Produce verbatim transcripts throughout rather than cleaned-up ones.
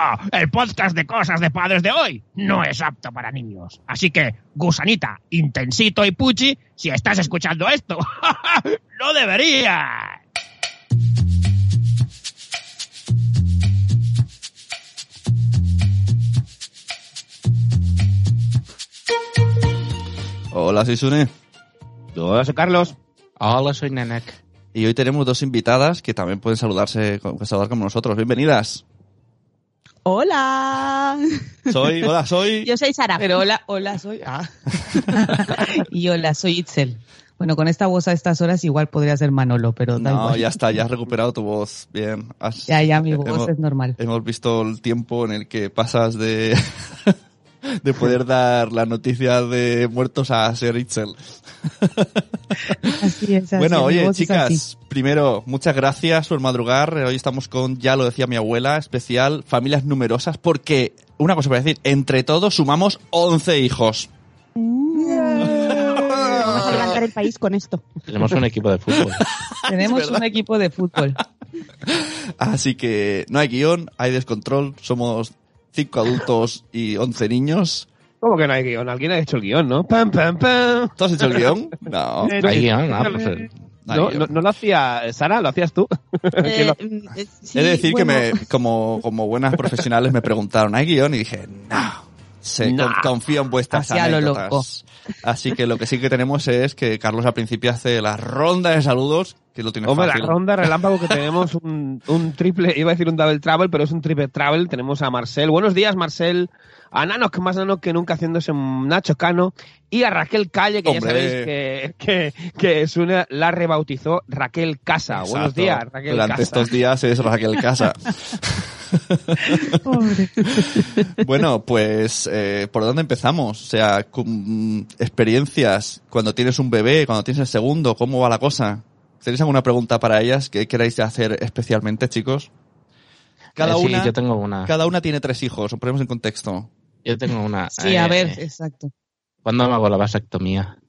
El podcast de cosas de padres de hoy no es apto para niños. Así que, Gusanita, Intensito y Puchi, si estás escuchando esto, no deberías. Hola, soy Sune. Hola, soy Carlos. Hola, soy Nenek. Y hoy tenemos dos invitadas que también pueden saludarse, saludar como nosotros. Bienvenidas. Hola. Soy, hola, soy... Yo soy Sara. Pero hola, hola, soy... Ah. Y hola, soy Itzel. Bueno, con esta voz a estas horas igual podría ser Manolo, pero da No, igual. ya está, ya has recuperado tu voz. Bien. Has... Ya, ya, mi voz hemos, es normal. Hemos visto el tiempo en el que pasas de... de poder dar la noticia de muertos a ser Itzel. Así es, así Bueno, es, oye, chicas, primero, muchas gracias por madrugar. Hoy estamos con, ya lo decía mi abuela, especial, familias numerosas, porque, una cosa para decir, entre todos sumamos once hijos. Vamos a levantar el país con esto. Tenemos un equipo de fútbol. Tenemos un equipo de fútbol. Así que no hay guión, hay descontrol, somos cinco adultos y once niños. ¿Cómo que no hay guión? Alguien ha hecho el guión, ¿no? ¡Pam, pam, pam! ¿Tú has hecho el guión? No. Hay guión, no, pues, No, no, no lo hacía Sara, lo hacías tú. Eh, lo... eh, sí, He de decir bueno. que me, como, como buenas profesionales me preguntaron, ¿hay guión? Y dije, no, se, No. con- confío en vuestras Así a lo anécdotas. loco. Así que lo que sí que tenemos es que Carlos al principio hace la ronda de saludos, que lo tiene Hombre, fácil. la ronda relámpago que tenemos un, un triple, iba a decir un double travel, pero es un triple travel. Tenemos a Marcel. Buenos días, Marcel. A Nanos, que más Nanos que nunca haciéndose un Nacho Cano. Y a Raquel Calle, que Hombre. ya sabéis que, que, que Sune la rebautizó Raquel Casa. Exacto. Buenos días, Raquel Durante Casa. estos días es Raquel Casa. Pobre. Bueno, pues, eh, ¿por dónde empezamos? O sea, con, mm, experiencias, cuando tienes un bebé, cuando tienes el segundo, ¿cómo va la cosa? ¿Tenéis alguna pregunta para ellas que queráis hacer especialmente, chicos? Cada eh, sí, una, yo tengo una. cada una tiene tres hijos, os ponemos en contexto. Yo tengo una. Sí, eh, a ver, exacto. ¿Cuándo me hago la vasectomía?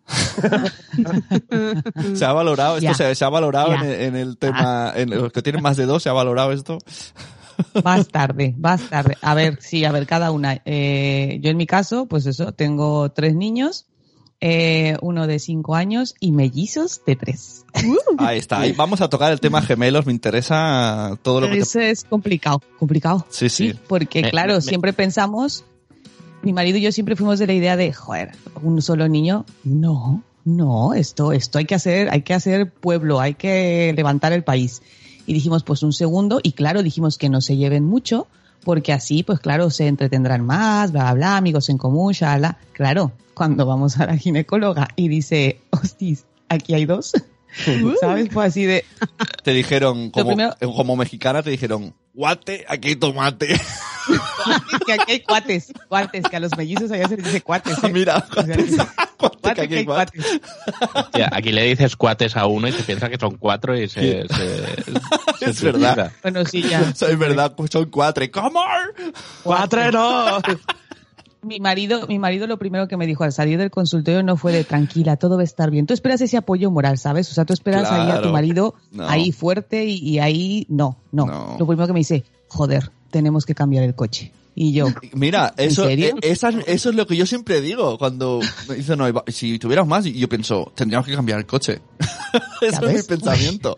¿Se ha valorado esto? Ya. ¿Se, se ha valorado en, Ya. el- en el tema, en los que tienen más de dos, se ha valorado esto? Vas tarde, vas tarde. A ver, sí, a ver, cada una. Eh, yo en mi caso, pues eso, tengo tres niños, eh, uno de cinco años y mellizos de tres. Ahí está. Ahí vamos a tocar el tema gemelos. Me interesa todo lo que te... Eso es complicado, complicado. Sí, sí. Porque, Me- claro, me- siempre pensamos, mi marido y yo siempre fuimos de la idea de, joder, un solo niño. No, no, esto, esto hay que hacer, hay que hacer pueblo, hay que levantar el país. Y dijimos, pues un segundo, y claro, dijimos que no se lleven mucho, porque así, pues claro, se entretendrán más, bla, bla, bla, amigos en común, shala. Claro, cuando vamos a la ginecóloga y dice, hostis, aquí hay dos, ¿sabes? Pues así de, Te dijeron, como, primero- como mexicana, te dijeron, guate, aquí hay tomate. que aquí hay cuates, cuates, que a los mellizos allá se les dice cuates. ¿eh? Mira, O sea, guate, guate, cuate, que aquí que hay hay guate. cuates. Hostia, aquí le dices cuates a uno y se piensa que son cuatro y se... se, se Es verdad. suicida. Bueno, sí, ya. Es verdad, pues son cuatro. ¿Cómo? Cuatro no. Mi marido, mi marido lo primero que me dijo al salir del consultorio no fue de tranquila, todo va a estar bien. Tú esperas ese apoyo moral, ¿sabes? O sea, tú esperas ahí a Claro. tu marido No. ahí fuerte y, y ahí no, no, No. Lo primero que me dice, joder, tenemos que cambiar el coche. Y yo, Mira, ¿En eso, serio? eh, esa- eso es lo que yo siempre digo cuando me dicen, no, iba- si tuviéramos más, y yo pienso, tendríamos que cambiar el coche. Eso es mi ves? pensamiento.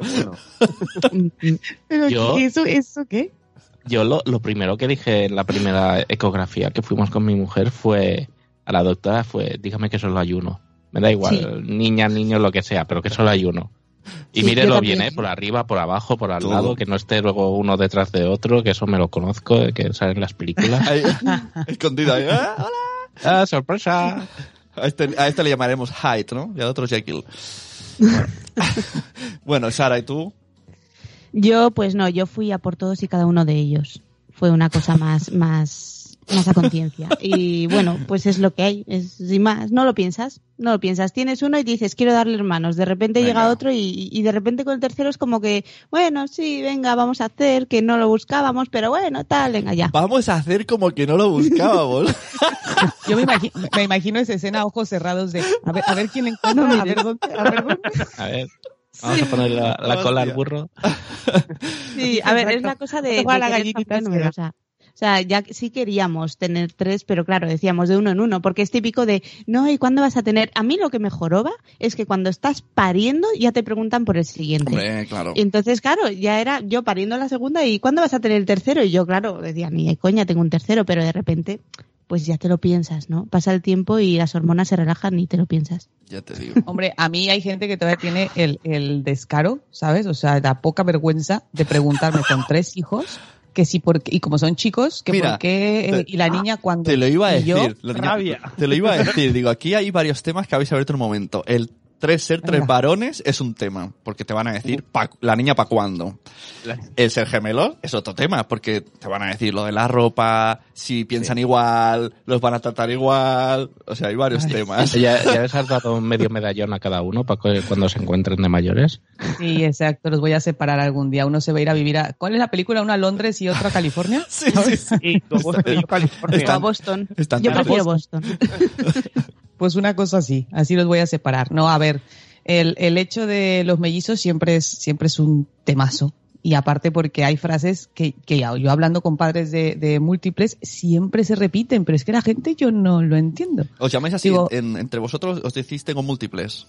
¿pero Yo- qué, eso, eso qué? Yo lo, lo primero que dije en la primera ecografía que fuimos con mi mujer fue a la doctora fue, dígame que solo hay uno. Me da igual, niña, niño, lo que sea, pero que solo hay uno. Y Sí, mírelo yo bien, también. ¿eh? Por arriba, por abajo, por al Todo. lado, que no esté luego uno detrás de otro, que eso me lo conozco, que sale en las películas. Ahí, escondido ahí. ¡Ah, hola! ¡Ah, sorpresa! A este, a este le llamaremos Hyde, ¿no? Y al otro Jekyll. Bueno, Sara, ¿y tú? Yo, pues no, yo fui a por todos y cada uno de ellos. Fue una cosa más, más, más a conciencia. Y bueno, pues es lo que hay, es sin más. No lo piensas, no lo piensas. Tienes uno y dices, quiero darle hermanos. De repente Venga. llega otro y, y de repente con el tercero es como que, bueno, sí, venga, vamos a hacer, que no lo buscábamos, pero bueno, tal, venga, ya. Vamos a hacer como que no lo buscábamos. Yo me imagino, me imagino esa escena, ojos cerrados de, a ver, a ver quién encuentra, a ver dónde, a ver dónde. A ver, vamos a poner la, la cola al Hostia. burro. Sí, a ver, es Exacto. la cosa de, Juega de la querer gallinita familias nueva. numerosas. O sea, ya sí queríamos tener tres, pero claro, decíamos de uno en uno, porque es típico de, no, ¿y cuándo vas a tener? A mí lo que me joroba es que cuando estás pariendo ya te preguntan por el siguiente. Hombre, claro. Y entonces, claro, ya era yo pariendo la segunda y ¿cuándo vas a tener el tercero? Y yo, claro, decía, ni de coña, tengo un tercero, pero de repente, pues ya te lo piensas, ¿no? Pasa el tiempo y las hormonas se relajan y te lo piensas. Ya te digo. Hombre, a mí hay gente que todavía tiene el, el descaro, ¿sabes? O sea, da poca vergüenza de preguntarme con tres hijos que si por qué, y como son chicos, que Mira, por qué, eh, te- y la niña cuando... Te lo iba a y yo, decir. lo- rabia. Te lo iba a decir. Digo, aquí hay varios temas que habéis abierto en un momento. El tres ser tres Venga. varones es un tema, porque te van a decir pa- la niña pa' cuándo. El ser gemelo es otro tema, porque te van a decir lo de la ropa, si piensan igual, los van a tratar igual. O sea, hay varios temas. ¿Ya, ya les has dado medio medallón a cada uno para que cuando se encuentren de mayores? Sí, exacto, los voy a separar algún día. Uno se va a ir a vivir a... ¿Cuál es la película? ¿Una a Londres y otra a California? Sí, sí, sí. Y tú a Boston y yo a California. O a Boston. están Yo tan- prefiero Boston. Pues una cosa así, así los voy a separar. No, a ver, el, el hecho de los mellizos siempre es, siempre es un temazo. Y aparte porque hay frases que, que ya, yo hablando con padres de, de múltiples siempre se repiten, pero es que la gente yo no lo entiendo. ¿Os llamáis así? Digo- en- entre vosotros os decís tengo múltiples.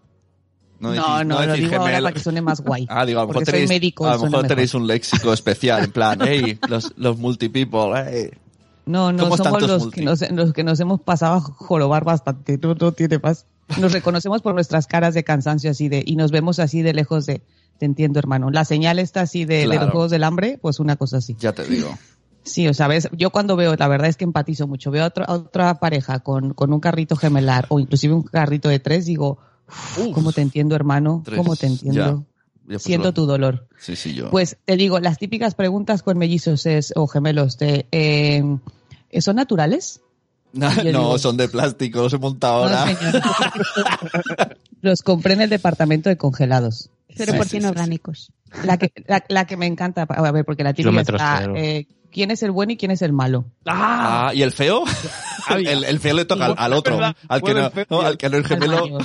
No, decís- no, lo decís digo ahora gemelo- para que suene más guay. Ah, digo, a lo mejor Porque soy tenéis, médico, a lo suena mejor mejor. tenéis un léxico especial, en plan, hey, los, los multipeople, hey. No, no, ¿Cómo están somos tus los multi? que, nos, los que nos hemos pasado a jorobar bastante. No, no tiene más. Nos reconocemos por nuestras caras de cansancio así de, y nos vemos así de lejos de, te entiendo, hermano. La señal está así de, Claro. de los Juegos del Hambre, pues una cosa así. Ya te digo. Sí, o sea, ves, yo cuando veo, la verdad es que empatizo mucho, veo a, otro- a otra pareja con, con un carrito gemelar o inclusive un carrito de tres, digo, Uf. ¿cómo te entiendo, hermano? Tres, ¿Cómo te entiendo? ya. Ya, pues, Siento lo- tu dolor. Sí, sí, yo. Pues te digo, las típicas preguntas con mellizos es, o gemelos de, eh, ¿son naturales? no, yo no, digo- son de plástico, los he montado ahora. No, señor. Los compré en el departamento de congelados. Pero Sí, por sí, cien sí, orgánicos. La que, la, la que me encanta, a ver, porque la típica Kilómetro está, cero. eh, ¿quién es el bueno y quién es el malo? Ah, ¿y el feo? el, el feo le toca al, al otro, ¿Verdad? al que Bueno, no, el feo- no, al que no es gemelo. Al mayor.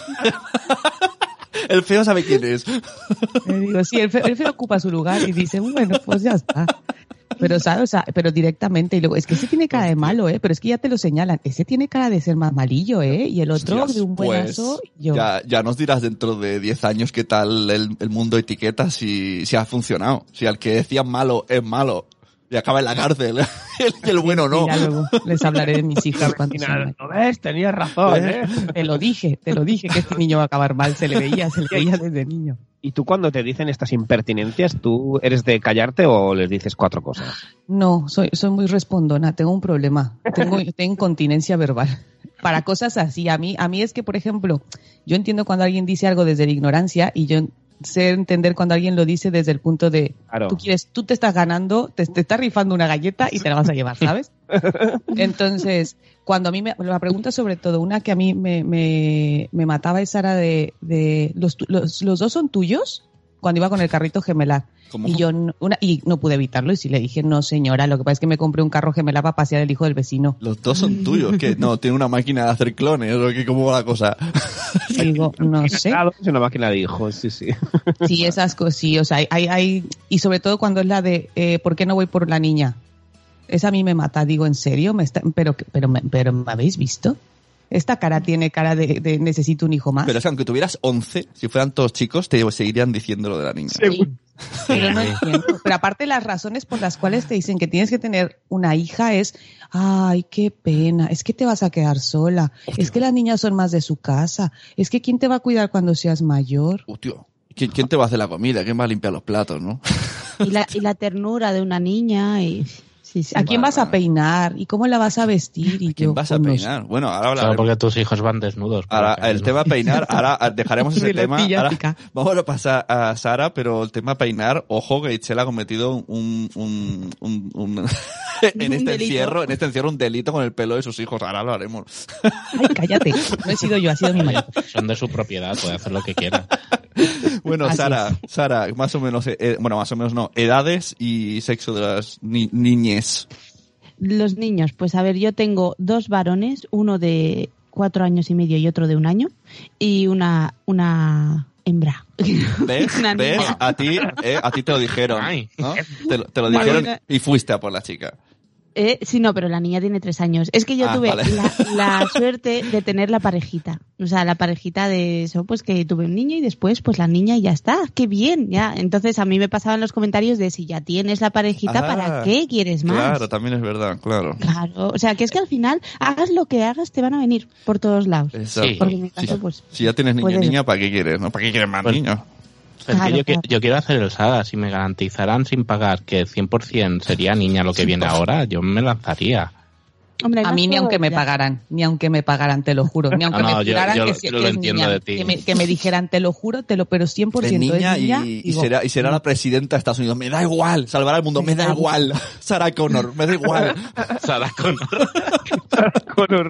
El feo sabe quién es. Le digo, sí, el feo, el feo ocupa su lugar y dice, bueno, pues ya está. Pero, ¿sabes? O sea, pero directamente, y luego, es que ese tiene cara de malo, ¿eh? Pero es que ya te lo señalan. Ese tiene cara de ser más malillo, ¿eh? Y el otro Hostias, de un buenazo. pues, yo. ya, ya nos dirás dentro de diez años qué tal el, el mundo etiqueta si, si ha funcionado. Si al que decían malo es malo y acaba en la cárcel y el bueno no. Ya luego les hablaré de mis hijas cuando sean Final, ¿no ves? Tenías razón, ¿eh? Te lo dije, te lo dije que este niño va a acabar mal, se le veía, se le veía desde niño. Y tú cuando te dicen estas impertinencias, ¿tú eres de callarte o les dices cuatro cosas? No, soy, soy muy respondona, tengo un problema, tengo, tengo incontinencia verbal. Para cosas así, a mí, a mí es que, por ejemplo, yo entiendo cuando alguien dice algo desde la ignorancia y yo sé entender cuando alguien lo dice desde el punto de, Claro. tú quieres, tú te estás ganando, te, te estás rifando una galleta y te la vas a llevar, ¿sabes? Entonces, cuando a mí me, la pregunta sobre todo, una que a mí me, me, me mataba esa era de, de los, tu- los, los dos son tuyos, cuando iba con el carrito gemelar. ¿Cómo? Y yo no, una, y no pude evitarlo y sí le dije, no señora, lo que pasa es que me compré un carro gemelar para pasear el hijo del vecino. Los dos son tuyos, que no, tiene una máquina de hacer clones, o que cómo va la cosa. Y digo, no sé. Es una máquina de hijos, sí, sí. Sí, esas cosas, sí, o sea, hay, hay, hay- y sobre todo cuando es la de, eh, ¿por qué no voy por la niña? Esa a mí me mata, digo, ¿en serio? ¿Me está, pero, pero, me- pero, ¿me habéis visto? Esta cara tiene cara de, de necesito un hijo más. Pero es que aunque tuvieras once, si fueran todos chicos, te seguirían diciendo lo de la niña. Sí. Pero no entiendo. Pero aparte las razones por las cuales te dicen que tienes que tener una hija es, ay, qué pena, es que te vas a quedar sola, es que las niñas son más de su casa, es que ¿quién te va a cuidar cuando seas mayor? Uh, tío, ¿quién, quién te va a hacer la comida? ¿Quién va a limpiar los platos, no? Y la, y la ternura de una niña y... Sí, sí. ¿A quién vas a Vale. peinar? ¿Y cómo la vas a vestir? Y ¿A quién yo, vas a pues, no sé. peinar? Bueno, ahora Solo hablaremos. porque tus hijos van desnudos. por Ahora, ejemplo. el tema peinar, ahora dejaremos ese Sí, la tema. pilla Ahora pica. vamos a pasar a Sara, pero el tema peinar, ojo que Itzel ha cometido un, un, un, un- en Un este delito. encierro, en este encierro un delito con el pelo de sus hijos. Ahora lo haremos. Ay, cállate. No he sido yo, ha sido mi marido. Son de su propiedad, puede hacer lo que quiera. Bueno, Así Sara, es. Sara, más o menos, eh, bueno, más o menos no, edades y sexo de las ni- niñez. Los niños, pues a ver, yo tengo dos varones, uno de cuatro años y medio y otro de un año, y una, una hembra. ¿Ves? Una ¿Ves? niña. A ti, eh, a ti te lo dijeron, Ay. ¿no? Te, lo- te lo Una dijeron niña. y fuiste a por la chica. Eh, sí, no, pero la niña tiene tres años. Es que yo Ah, tuve vale. la, la suerte de tener la parejita. O sea, la parejita de eso, pues que tuve un niño y después pues la niña y ya está. ¡Qué bien! Ya. Entonces a mí me pasaban los comentarios de si ya tienes la parejita, Ah, ¿para qué quieres más? Claro, también es verdad, claro. Claro. O sea, que es que al final, hagas lo que hagas, te van a venir por todos lados. Exacto. Sí. Porque en mi Si, caso, pues... si ya tienes niño y puedes- niña, ¿para qué quieres? ¿No? ¿Para qué quieres más Pues- niños? Pero Claro, que yo, claro. yo quiero hacer el Sada. Si me garantizaran sin pagar que cien por ciento sería niña lo que viene ahora, yo me lanzaría. Hombre, hay A más mí ni aunque me probabilidad. pagaran, ni aunque me pagaran, te lo juro. Ni aunque No, no, me yo- juraran yo que, lo- si- yo que lo es entiendo niña, de ti. Que me, que me dijeran, te lo juro, te lo, pero cien por Es ciento niña, es niña. y, y digo, será, y será la presidenta de Estados Unidos. Me da igual, salvará el mundo, me da igual. Sarah Connor, me da igual. Sarah Connor. Connor.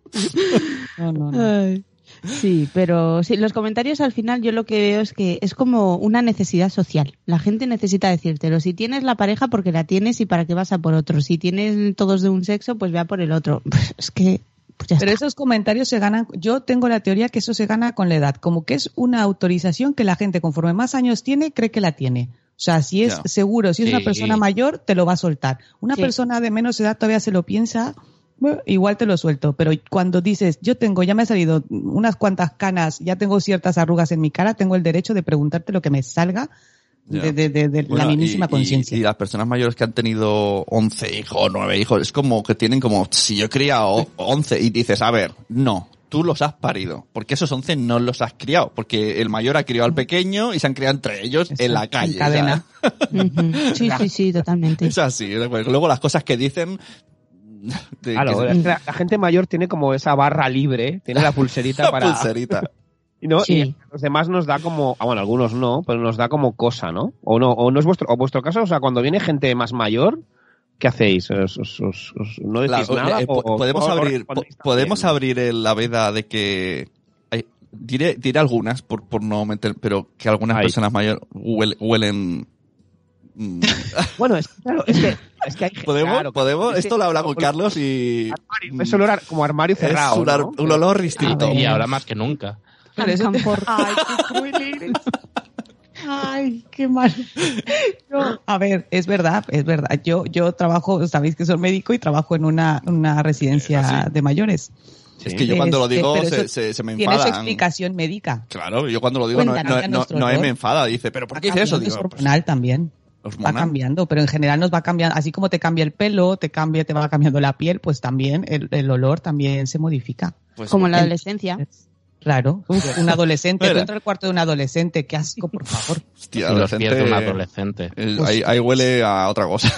No, no, no. Ay. Sí, pero sí, los comentarios al final yo lo que veo es que es como una necesidad social. La gente necesita decírtelo. Si tienes la pareja, porque la tienes y para qué vas a por otro. Si tienes todos de un sexo, pues ve a por el otro. Pues es que pues ya Pero está. esos comentarios se ganan, yo tengo la teoría que eso se gana con la edad, como que es una autorización que la gente conforme más años tiene, cree que la tiene. O sea, si es Ya. seguro, si es Sí. una persona mayor, te lo va a soltar. Una Sí. persona de menos edad todavía se lo piensa, bueno, igual te lo suelto. Pero cuando dices, yo tengo, ya me ha salido unas cuantas canas, ya tengo ciertas arrugas en mi cara, tengo el derecho de preguntarte lo que me salga Ya. de, de, de, de Bueno, la mismísima y- y- conciencia. Y, las personas mayores que han tenido once hijos, nueve hijos, es como que tienen como, si yo he criado once y dices, a ver, no, tú los has parido, porque esos once no los has criado, porque el mayor ha criado al pequeño y se han criado entre ellos en la Exacto, calle. en cadena. Ujú. Sí, sí, sí, totalmente. Es así. Luego las cosas que dicen... de- Claro, que- es que la, la gente mayor tiene como esa barra libre, tiene la pulserita la para... pulserita. Y ¿no? Sí. Y a los demás nos da como, ah, bueno, algunos no, pero nos da como cosa, ¿no? O no, o no es vuestro, o vuestro caso, o sea, cuando viene gente más mayor, ¿qué hacéis? ¿Os, os- os- os- ¿No decís Claro, nada? eh, o- po- podemos o- o abrir, respondéis po- podemos también? abrir el- la veda de que hay- diré, diré algunas por, por no meter, pero que algunas Ahí. personas mayores huel- huelen. mm, Bueno, es, claro, es que, es que hay gente... ¿Podemos? claro, ¿Podemos? es que- Esto lo habla con Carlos y Armario, es olor a- como armario es cerrado, un, ar- ¿no? un olor distinto. Y ahora más que nunca. Pero eso te- Camphor. Ay, qué cruel eres. Ay, qué mal. No, a ver, es verdad, es verdad. Yo, yo trabajo, sabéis que soy médico y trabajo en una, una residencia Eh, así. de mayores. Es que yo cuando lo Este, digo pero se, eso se, se me Tiene su enfadan. explicación médica. Claro, yo cuando lo digo no, Cuéntanos, no, a no, nuestro Noé dolor. me enfada. Dice, ¿pero por qué Va dices eso? cambiando, Digo, es pues, hormonal también. ¿os Va mona? cambiando, pero en general nos va cambiando, así como te cambia el pelo, te cambia, te va cambiando la piel, pues también el, el olor también se modifica. Pues, Como en la el- adolescencia. Claro, Uf, un adolescente, Mira. tú entras al cuarto de un adolescente, qué asco, por favor. hostia, Y los pies de un adolescente, adolescente. eh, Pues ahí, sí. ahí huele a otra cosa.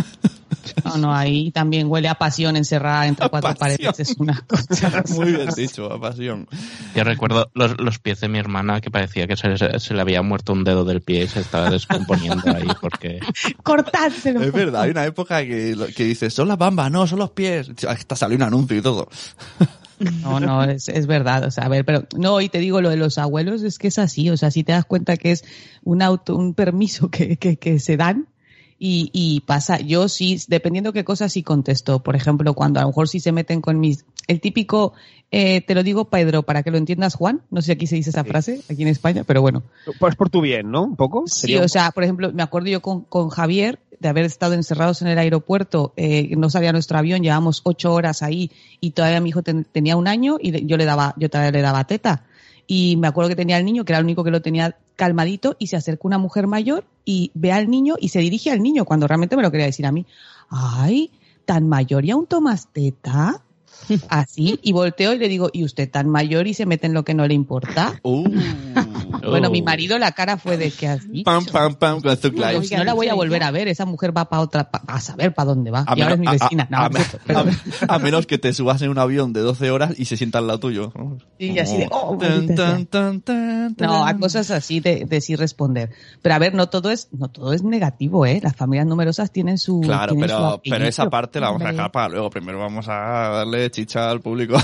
No, no, ahí también huele a pasión encerrada entre A cuatro pasión. paredes, es una cosa. Muy bien dicho, a pasión. Yo recuerdo los, los pies de mi hermana que parecía que se, se- se le había muerto un dedo del pie y se estaba descomponiendo ahí porque... Cortádselo. Es verdad, hay una época que, lo- que dices, son las bambas, no, son los pies. Hasta salió un anuncio y todo. No, no, es, es verdad, o sea, a ver, pero no, y te digo lo de los abuelos, es que es así, o sea, si te das cuenta que es un auto, un permiso que, que, que se dan y, y pasa, yo sí, dependiendo qué cosas sí contesto, por ejemplo, cuando a lo mejor sí se meten con mis, el típico, eh, te lo digo Pedro, para que lo entiendas Juan, no sé si aquí se dice esa frase, aquí en España, pero bueno. Pues por tu bien, ¿no? Un poco. Sí, Sería o un- sea, por ejemplo, me acuerdo yo con, con Javier de haber estado encerrados en el aeropuerto, eh, no salía nuestro avión, llevábamos ocho horas ahí y todavía mi hijo ten- tenía un año y de- yo le daba, yo todavía le daba teta. Y me acuerdo que tenía el niño, que era el único que lo tenía calmadito, y se acerca una mujer mayor y ve al niño y se dirige al niño cuando realmente me lo quería decir a mí. Ay, tan mayor y aún tomas teta. Así, y volteo y le digo, ¿y usted tan mayor y se mete en lo que no le importa? Uh, Bueno, Oh. mi marido, la cara fue de que has dicho. pam, pam, pam, con Zuck Digo, Live. si no la voy a volver a ver, esa mujer va para otra, pa- a saber para dónde va. A y ahora es mi menos- a- vecina. a- No, a- no es cierto, pero- a- a menos que te subas en un avión de doce horas y se sienta al lado tuyo. ¿no? Y así de, oh, Tan, maldita sea. tan, tan, tan, No, a tan. cosas así de, de sí responder. Pero a ver, no todo es, no todo es negativo, ¿eh? Las familias numerosas tienen su. Claro, tienen su pero, aquellito. pero esa parte la vamos a Hombre. dejar para luego. Primero vamos a darle chicha al público.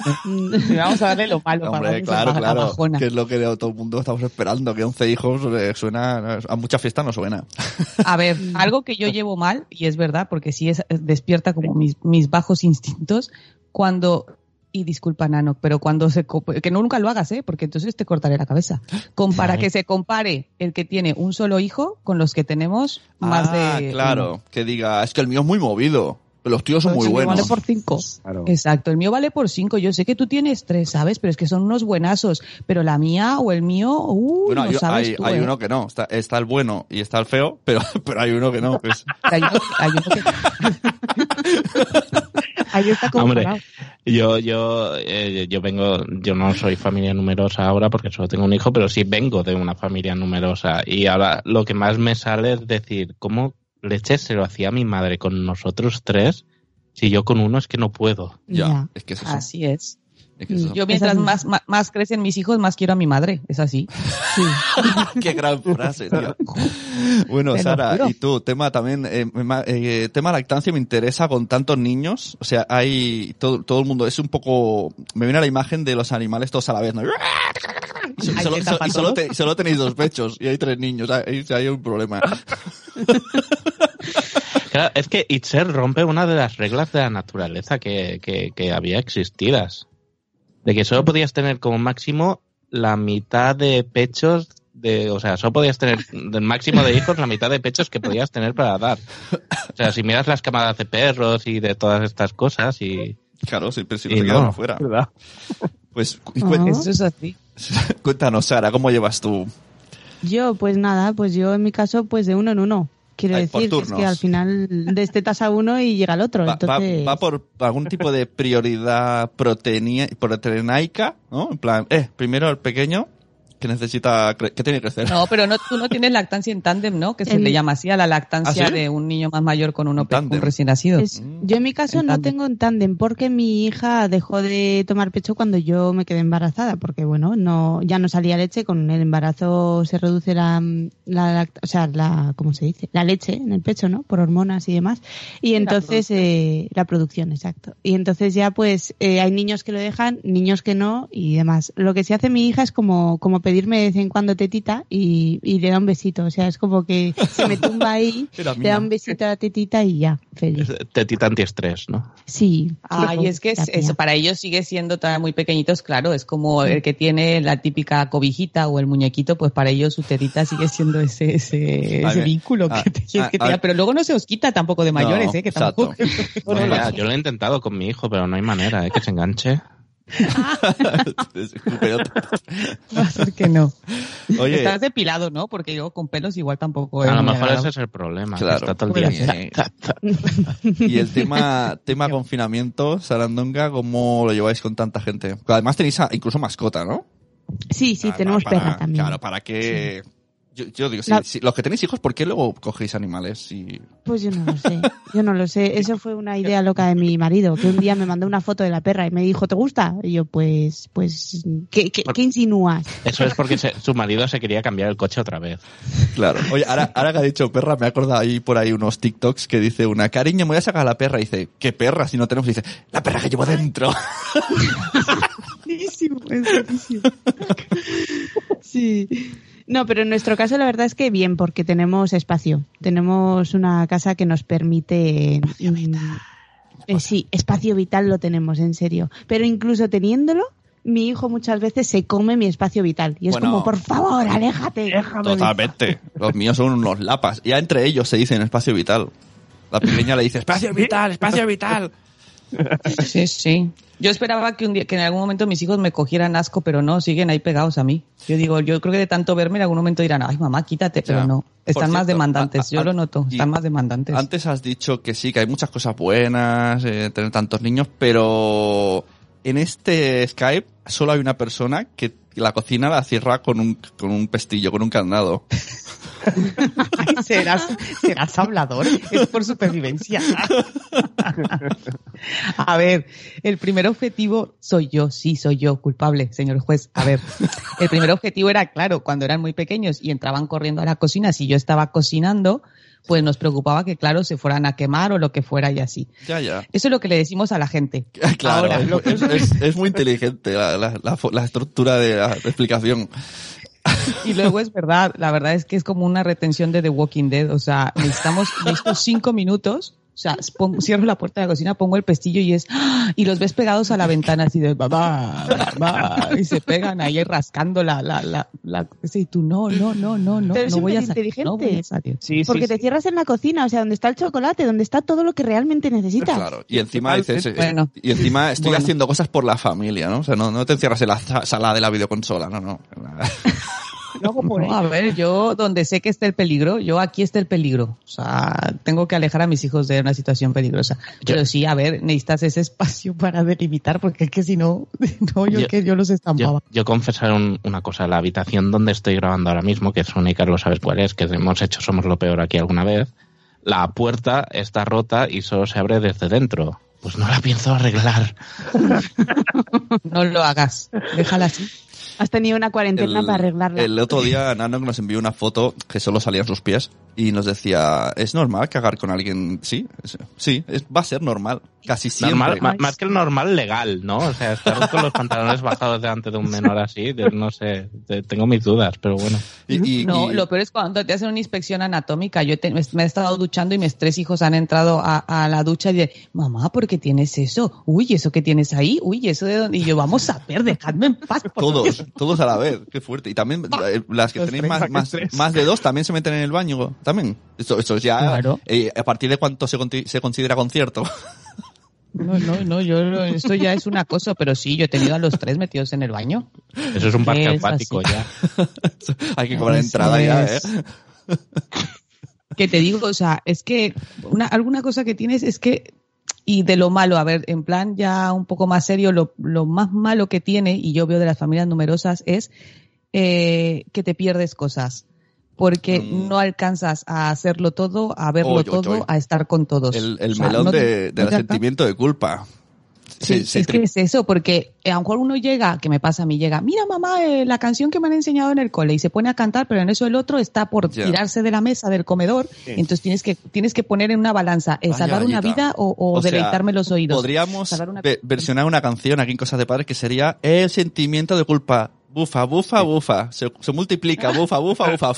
Y vamos a darle lo malo para Hombre, darle claro, esa claro. bajona. Que es lo que todo el mundo estamos esperando. Que once hijos eh, suena. A mucha fiesta no suena. A ver, algo que yo llevo mal, y es verdad, porque sí es, despierta como mis, mis bajos instintos, cuando, y disculpa Nano, pero cuando se, co- que no nunca lo hagas, ¿eh? Porque entonces te cortaré la cabeza. Compara Vale. que se compare el que tiene un solo hijo con los que tenemos más ah, de... claro. Que diga, es que el mío es muy movido. Los tíos son Pues muy el mío buenos. vale por cinco. Claro. Exacto, el mío vale por cinco. Yo sé que tú tienes tres, ¿sabes? Pero es que son unos buenazos. Pero la mía o el mío, uy, Bueno, no hay, sabes hay, tú, hay ¿eh? uno que no. Está, está el bueno y está el feo, pero, pero hay uno que no. Pues. Hay uno, hay uno que... Ahí está Hombre, comparado. yo, yo, eh, yo vengo, yo no soy familia numerosa ahora porque solo tengo un hijo, pero sí vengo de una familia numerosa. Y ahora lo que más me sale es decir, ¿cómo leches se lo hacía mi madre con nosotros tres? Si yo con uno es que no puedo. Ya, Ya. es que es eso. Así es. Es que es eso. Yo mientras Es así. más, más, más crecen mis hijos, más quiero a mi madre. Es así. Sí. Qué gran frase, tío. Bueno, Te lo Sara, juro. y tú, tema también, eh, me- eh, tema lactancia me interesa con tantos niños. O sea, hay todo, todo el mundo, es un poco, me viene a la imagen de los animales todos a la vez, ¿no? Y, so- y Hay solo, que y so- tapar y solo todos. te- y solo tenéis dos pechos y hay tres niños, ahí ahí hay un problema. Claro, es que Itzel rompe una de las reglas de la naturaleza que, que, que había existidas. De que solo podías tener como máximo la mitad de pechos de, o sea, solo podías tener del máximo de hijos la mitad de pechos que podías tener para dar. O sea, si miras las camadas de perros y de todas estas cosas y Claro, siempre si Y no te no. quedan afuera. ¿Verdad? Pues cu- Ah. cuen- Eso es así. cuéntanos, Sara, ¿cómo llevas tú? Yo, pues nada, pues yo en mi caso, pues de uno en uno. Quiero Ay, por decir, es turnos. que al final destetas a uno y llega el otro. Va, va- entonces, va por algún tipo de prioridad proteína, proteinaica, ¿no? En plan, eh, primero el pequeño que necesita, cre- que tiene que crecer. No, pero no, tú no tienes lactancia en tándem, ¿no? Que se En- le llama así a la lactancia ¿Ah, sí? de un niño más mayor con uno En pe- tándem. un recién nacido. es- yo en mi caso En no tándem. tengo en tándem porque mi hija dejó de tomar pecho cuando yo me quedé embarazada, porque bueno, no ya no salía leche, con el embarazo se reduce la, la lact- o sea, la, ¿cómo se dice? La leche en el pecho, ¿no? Por hormonas y demás. Y la entonces, eh, la producción, exacto. Y entonces ya pues eh, hay niños que lo dejan, niños que no y demás. Lo que sí hace mi hija es como, como pedirme de vez en cuando tetita y, y le da un besito, o sea, es como que se me tumba ahí, Era le mía. da un besito a la tetita y ya, feliz. tetita antiestrés, ¿no? Sí. Ay, sí, es que es- terapia. eso para ellos sigue siendo todavía muy pequeñitos, claro, es como el que tiene la típica cobijita o el muñequito, pues para ellos su tetita sigue siendo ese ese, A ese ver, vínculo a- que te tienes a- que a- tirar, pero luego no se os quita tampoco de mayores, No, eh, que exacto. tampoco. No, ya, yo lo he intentado con mi hijo, pero no hay manera, ¿eh? Que se enganche. Va a ser que no. Oye, Estás depilado, ¿no? Porque yo con pelos igual tampoco. es A lo muy mejor agradable. ese es el problema, que Claro. está todo el día. Puede ser. y el tema, tema confinamiento, Sarandonga, ¿cómo lo lleváis con tanta gente? Además tenéis a- incluso mascota, ¿no? Sí, sí, Ah, tenemos para- perra también. Claro, ¿para qué? Yo, yo digo, si, La- si- los que tenéis hijos, ¿por qué luego cogéis animales? Y... Pues yo no lo sé, yo no lo sé. Eso fue una idea loca de mi marido, que un día me mandó una foto de la perra y me dijo, ¿te gusta? Y yo, pues, pues, ¿qué, qué, qué insinúas? Eso es porque se- su marido se quería cambiar el coche otra vez. Claro. Oye, ahora, ahora que ha dicho perra, me he acordado ahí por ahí unos TikToks que dice una, cariño, me voy a sacar a la perra. Y dice, ¿qué perra si no tenemos? Y dice, la perra que llevo dentro. Buenísimo, es buenísimo. Sí. No, pero en nuestro caso la verdad es que bien, porque tenemos espacio. Tenemos una casa que nos permite... mm, eh, sí, espacio vital lo tenemos, en serio. Pero incluso teniéndolo, mi hijo muchas veces se come mi espacio vital. Y es Bueno. como, por favor, aléjate, déjame. Totalmente. Los míos son unos lapas. Ya entre ellos se dicen espacio vital. La pequeña le dice, espacio vital, espacio vital. Sí, sí. Yo esperaba que un día, que en algún momento mis hijos me cogieran asco, pero no, siguen ahí pegados a mí. Yo digo, yo creo que de tanto verme en algún momento dirán, ay mamá, quítate, pero Ya. no. Están Por más cierto, demandantes, a- a- yo lo noto, y están más demandantes. Antes has dicho que sí, que hay muchas cosas buenas, eh, tener tantos niños, pero en este Skype solo hay una persona que la cocina la cierra con un, con un pestillo, con un candado. Ay, serás, serás hablador, es por supervivencia. A ver, el primer objetivo soy yo, sí, soy yo, culpable, señor juez. A ver, el primer objetivo era, claro, cuando eran muy pequeños y entraban corriendo a la cocina, si yo estaba cocinando, pues nos preocupaba que, claro, se fueran a quemar o lo que fuera y así. Ya, ya. Eso es lo que le decimos a la gente. Claro, Ahora, es, lo que- es- es- es muy inteligente la, la, la, la estructura de la explicación. Y luego es verdad, la verdad es que es como una retención de The Walking Dead, o sea, necesitamos estos cinco minutos sea, pongo, cierro la puerta de la cocina, pongo el pestillo y es, ¡ah! Y los ves pegados a la ventana así de babá, babá, y se pegan ahí rascando la, la, la, la, y tú no, no, no, no, no, Pero es no voy a súper salir, no voy a salir. Sí, Porque sí, te sí. cierras en la cocina, o sea, donde está el chocolate, donde está todo lo que realmente necesitas. Claro, y encima dices, eh, Bueno. y encima estoy Bueno. haciendo cosas por la familia, ¿no? O sea, no, no te encierras en la sa- sala de la videoconsola, no, no. No, a ver, yo donde sé que está el peligro, yo aquí está el peligro. O sea, tengo que alejar a mis hijos de una situación peligrosa. Pero sí, a ver, necesitas ese espacio para delimitar, porque es que si no, no, yo, Yo- que yo los estampaba. Yo, yo confesar un- una cosa, la habitación donde estoy grabando ahora mismo, que Sonia y Carlos sabes cuál es, que hemos hecho Somos lo Peor aquí alguna vez, la puerta está rota y solo se abre desde dentro. Pues no la pienso arreglar. No lo hagas, déjala así. Has tenido una cuarentena El, para arreglarla. el otro día Nano nos envió una foto que solo salían sus pies y nos decía, ¿es normal cagar con alguien? Sí, es- sí, es- va a ser normal, casi siempre. Normal, ma- más que el normal legal, ¿no? O sea, estar con los pantalones bajados delante de un menor así, de- no sé, de- tengo mis dudas, pero bueno. Y- y- No, y- lo peor es cuando te hacen una inspección anatómica. Yo te- me, me he estado duchando y mis tres hijos han entrado a, a la ducha y de, mamá, ¿por qué tienes eso? Uy, ¿eso qué tienes ahí? Uy, ¿eso de dónde? Y yo, vamos a ver, dejadme en paz. por favor". Todos, todos a la vez, qué fuerte. Y también eh, las que Los tenéis tres, más, saques más, tres. más de dos también se meten en el baño, también. Eso, eso es ya, Claro. eh, a partir de cuánto se, conti- se considera concierto. No, no, no, yo, esto ya es una cosa, pero sí, yo he tenido a los tres metidos en el baño. Eso es un parque Es acuático así. ya. Hay que cobrar Eso entrada ya, ¿eh? es. Que te digo, o sea, es que una, alguna cosa que tienes es que, y de lo malo, a ver, en plan ya un poco más serio, lo, lo más malo que tiene, y yo veo de las familias numerosas, es eh, que te pierdes cosas. Porque Mm. no alcanzas a hacerlo todo, a verlo Oy, oy, todo, oy. a estar con todos. El, el O sea, melón no te- de, no del te sentimiento de culpa. Sí, Se- se es tri- que es eso, porque a lo mejor uno llega, que me pasa a mí, llega, mira mamá, eh, la canción que me han enseñado en el cole, y se pone a cantar, pero en eso el otro está por Ya. tirarse de la mesa del comedor, Sí. entonces tienes que tienes que poner en una balanza, eh, Vaya salvar una vallita. vida o, o O sea, deleitarme los oídos. Podríamos Salvar una- ve- versionar una canción aquí en Cosas de Padres que sería El sentimiento de culpa. Bufa, bufa, bufa. Se, se multiplica, bufa, bufa, bufa.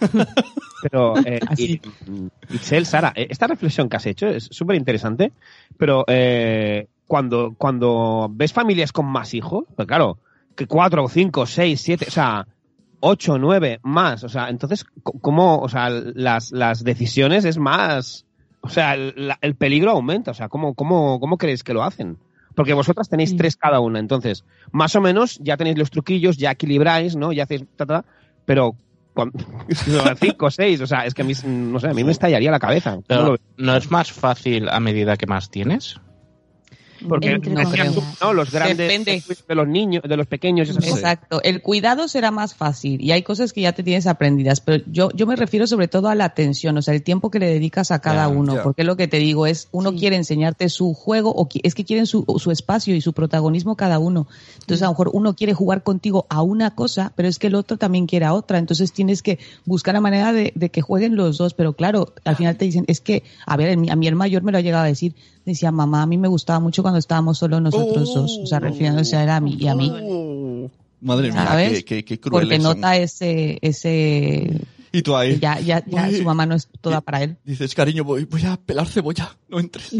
Pero, eh, Así. y- Itzel, Sara, eh, esta reflexión que has hecho es súper interesante, pero eh, cuando, cuando ves familias con más hijos, pues claro, que cuatro, cinco, seis, siete, o sea, ocho, nueve, más, o sea, entonces, c- ¿cómo, o sea, las, las decisiones es más, o sea, el, la- el peligro aumenta, o sea, ¿cómo, cómo, cómo creéis que lo hacen? Porque vosotras tenéis Sí. tres cada una, entonces, más o menos ya tenéis los truquillos, ya equilibráis, ¿no? Ya hacéis, ta, ta, pero cuando, cinco o seis, o sea, es que a mí, no sé, a mí me estallaría la cabeza. ¿Cómo lo Pero, ves? ¿no es más fácil a medida que más tienes? Porque Entre decías comillas. tú, ¿no? Los grandes Depende. de los niños, de los pequeños, esas cosas. Exacto, el cuidado será más fácil y hay cosas que ya te tienes aprendidas, pero yo, yo me refiero sobre todo a la atención, o sea, el tiempo que le dedicas a cada Ya, uno, ya. porque lo que te digo es, uno Sí. quiere enseñarte su juego o qui- es que quieren su, su espacio y su protagonismo cada uno. Entonces, a lo mejor uno quiere jugar contigo a una cosa, pero es que el otro también quiere a otra, entonces tienes que buscar la manera de, de que jueguen los dos, pero claro, al final te dicen, es que, a ver, el- a mí el mayor me lo ha llegado a decir, decía, mamá, a mí me gustaba mucho cuando estábamos solo nosotros dos, o sea, refiriéndose a él a mí y a mí. Madre mía, ¿Sabes? qué, qué, qué crueles Porque son. nota ese, ese, Y tú ahí. ya, ya, ya Uy. su mamá no es toda para él. Dices, cariño, voy, voy a pelar cebolla. No entres.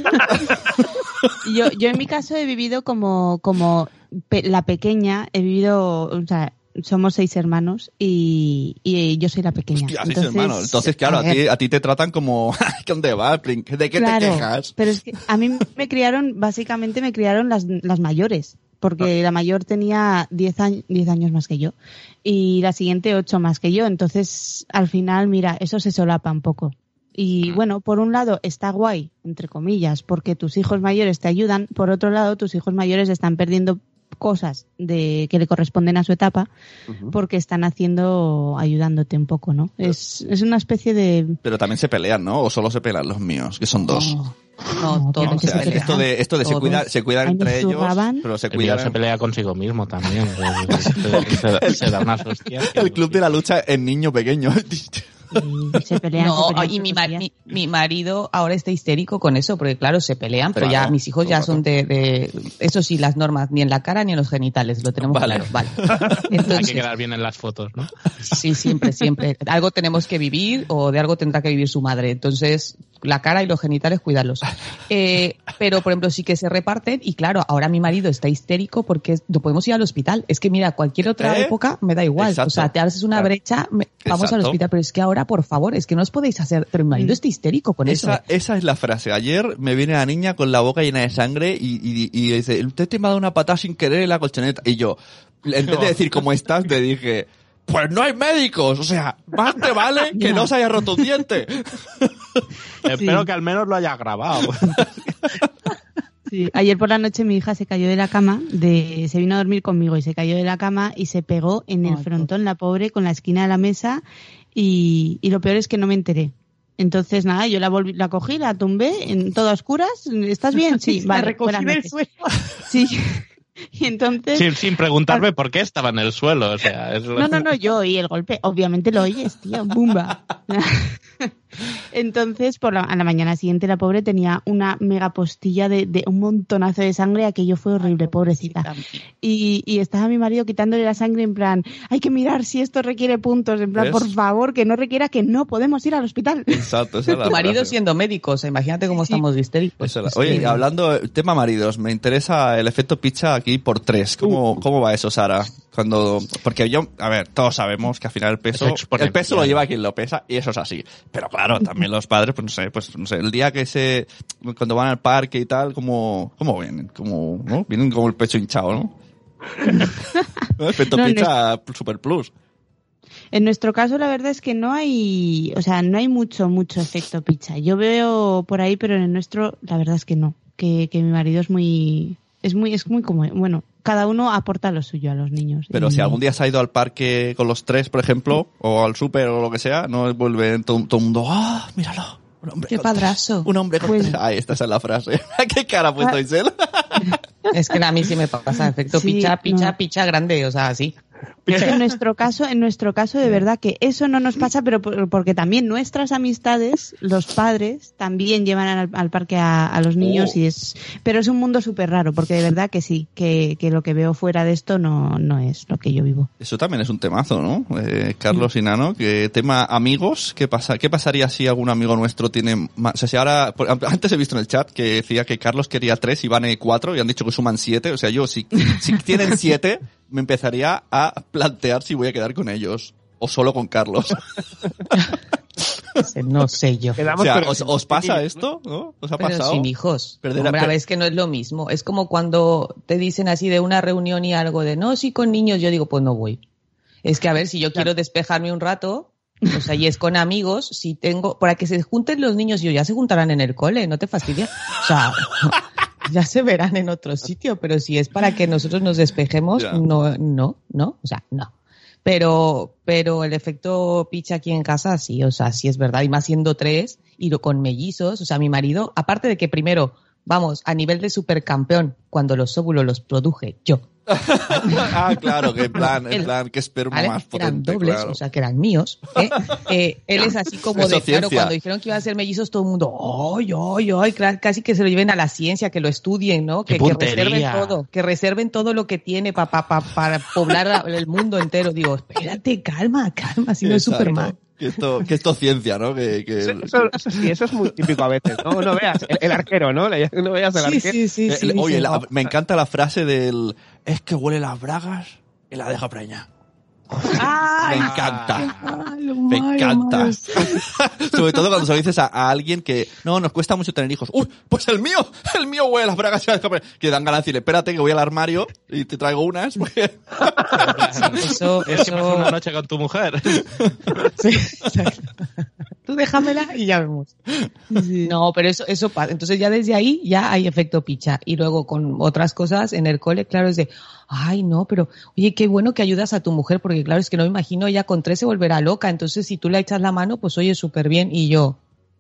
Yo, yo en mi caso he vivido como, como pe- la pequeña, he vivido, o sea, somos seis hermanos y, y yo soy la pequeña. Hostia, seis hermanos. Entonces, claro, a ver, ti, a ti te tratan como, ¿dónde vas, Plink? ¿De qué claro, te quejas? pero es que a mí me criaron, básicamente me criaron las, las mayores, porque la mayor tenía diez años, diez años más que yo y la siguiente ocho más que yo. Entonces, al final, mira, eso se solapa un poco. Y bueno, por un lado está guay, entre comillas, porque tus hijos mayores te ayudan. Por otro lado, tus hijos mayores están perdiendo cosas de que le corresponden a su etapa porque están haciendo, ayudándote un poco, ¿no? Es, es una especie de... Pero también se pelean, ¿no? O solo se pelean los míos, que son dos. No, no, No, todos O que sea, se pelean. esto de, esto de se Todos. cuidan, se cuidan Ahí me entre ellos, zurraban. pero se El mío cuidan. se pelea consigo mismo también. se, se- se da unas hostias. que El club de la lucha en niño pequeño. Y se pelean. No, se pelean y mi, todos ma- los días. mi, mi marido ahora está histérico con eso, porque claro, se pelean, pero Claro, ya mis hijos todo ya el son de, de, eso sí, las normas, ni en la cara ni en los genitales, lo tenemos Vale. claro, vale. Hay que Entonces, quedar bien en las fotos, ¿no? sí, siempre, siempre. Algo tenemos que vivir o de algo tendrá que vivir su madre. Entonces, la cara y los genitales, cuidarlos. Eh, pero, por ejemplo, sí que se reparten y claro, ahora mi marido está histérico porque no podemos ir al hospital. Es que mira, cualquier otra ¿Eh? época me da igual. Exacto. O sea, te haces una Claro. brecha, me- vamos Exacto. al hospital. Pero es que ahora, por favor, es que no os podéis hacer. Pero mi marido está histérico con eso. Esa, esa es la frase. Ayer me viene la niña con la boca llena de sangre y, y, y dice, usted te me ha dado una patada sin querer en la colchoneta. Y yo, en vez de decir cómo estás, le dije, pues no hay médicos. O sea, más te vale que no se haya roto un diente. Espero que al menos lo haya grabado. Sí. Ayer por la noche mi hija se cayó de la cama, de, se vino a dormir conmigo y se cayó de la cama y se pegó en el Ay, frontón, la pobre, con la esquina de la mesa y, y lo peor es que no me enteré. Entonces, nada, yo la volví, la cogí, la tumbé en todas oscuras. ¿Estás bien? Sí, La vale. recogí buenas del noches. suelo. Sí. Y entonces... Sin, sin preguntarme por qué estaba en el suelo. O sea, es No, no, no, yo oí el golpe. Obviamente lo oyes, tío. Bumba. Entonces, por la, a la mañana siguiente, la pobre tenía una mega postilla de, de un montonazo de sangre. Aquello fue horrible, pobrecita. Y, y estaba mi marido quitándole la sangre en plan, hay que mirar si esto requiere puntos. En plan, ¿Ves? por favor, que no requiera, que no podemos ir al hospital. Exacto, esa es la Tu marido frase. siendo médico, o sea, imagínate cómo Sí. estamos de histéricos. Esa es la- Es Oye, que- hablando tema maridos, me interesa el efecto pizza aquí por tres. ¿Cómo, Uh. cómo va eso, Sara? Cuando, porque yo, a ver, todos sabemos que al final el peso, Es exponencial. el peso lo lleva quien lo pesa y eso es así. Pero claro, también los padres, pues no sé, pues no sé, el día que se, cuando van al parque y tal, ¿cómo, cómo vienen? Como, ¿no? Vienen como el pecho hinchado, ¿no? ¿No? Efecto No, no pizza super plus. En nuestro caso, la verdad es que no hay, o sea, no hay mucho, mucho efecto pizza. Yo veo por ahí, pero en el nuestro, la verdad es que no. Que, que mi marido es muy, es muy, es muy como, bueno, cada uno aporta lo suyo a los niños. Pero Y- si algún día se ha ido al parque con los tres, por ejemplo, o al súper o lo que sea, no vuelve todo, todo el mundo, ¡ah, míralo! Un hombre Qué con tres. padrazo. Un hombre con Pues- tres. Ay, esta es la frase. ¿Qué cara ha puesto Ah. Isel? Es que a mí sí me pasa efecto Sí, picha, picha, no. picha grande, o sea, así. Es que en nuestro caso, en nuestro caso, de verdad que eso no nos pasa, pero por- porque también nuestras amistades, los padres, también llevan al, al parque a, a los niños Oh. y es, pero es un mundo súper raro, porque de verdad que sí, que, que lo que veo fuera de esto no, no es lo que yo vivo. Eso también es un temazo, ¿no? Eh, Carlos y Nano, que tema amigos, ¿qué pasa? ¿Qué pasaría si algún amigo nuestro tiene más? O sea, si ahora, por- antes he visto en el chat que decía que Carlos quería tres y Vane cuatro y han dicho que suman siete. O sea, yo si, si tienen siete, me empezaría a plantear si voy a quedar con ellos o solo con Carlos. No sé yo. O Quedamos sea, pero- ¿os, os pasa esto? ¿No? ¿Os ha Pero pasado? sin hijos. Perder a- Hombre, a per- ver, es que no es lo mismo. Es como cuando te dicen así de una reunión y algo de, no, sí, con niños, yo digo, pues no voy. Es que, a ver, si yo quiero despejarme un rato, o sea, y es con amigos, si tengo, para que se junten los niños, yo ya se juntarán en el cole, no te fastidia. O sea, ya se verán en otro sitio, pero si es para que nosotros nos despejemos, Ya. no, no, no, o sea, no. Pero, pero el efecto picha aquí en casa, sí, o sea, sí es verdad, y más siendo tres, y lo con mellizos, o sea, mi marido, aparte de que primero, vamos, a nivel de supercampeón, cuando los óvulos los produje yo, ah, claro, que en plan, en El- plan, que esperma ¿vale? más Eran potente, dobles, claro. o sea, que eran míos. ¿eh? Eh, él es así como Eso de, es claro, ciencia. cuando dijeron que iban a ser mellizos, todo el mundo, ¡ay, ay, ay! cla- Casi que se lo lleven a la ciencia, que lo estudien, ¿no? ¡Qué Que, que puntería! reserven todo, que reserven todo lo que tiene pa, pa, pa- para poblar la- el mundo entero. Digo, espérate, calma, calma, si no es Exacto. Superman. Que esto, que esto es ciencia, ¿no? Que, que Eso, eso, eso sí, eso es muy típico a veces, ¿no? No veas el, el arquero, ¿no? Le- No veas el Sí, arquero. sí, sí, Eh, sí. oye, sí. la- me encanta la frase del es que huele las bragas y la deja preña. ¡Ay! Me encanta. Malo, Me malo, encanta. malo. Sobre todo cuando se lo dices a, a alguien que no, nos cuesta mucho tener hijos. Uy, pues el mío, el mío huele las bragas y la deja preña. Que dan ganas de decirle, espérate que voy al armario y te traigo unas. porque- Eso, Es que pasó una eso. noche con tu mujer. Sí, exacto. Tú déjamela y ya vemos. No, pero eso, eso pasa. Entonces ya desde ahí ya hay efecto picha. Y luego con otras cosas en el cole, claro, es de, ay, no, pero oye, qué bueno que ayudas a tu mujer, porque claro, es que no me imagino, ella con tres se volverá loca. Entonces si tú le echas la mano, pues oye, súper bien. Y yo,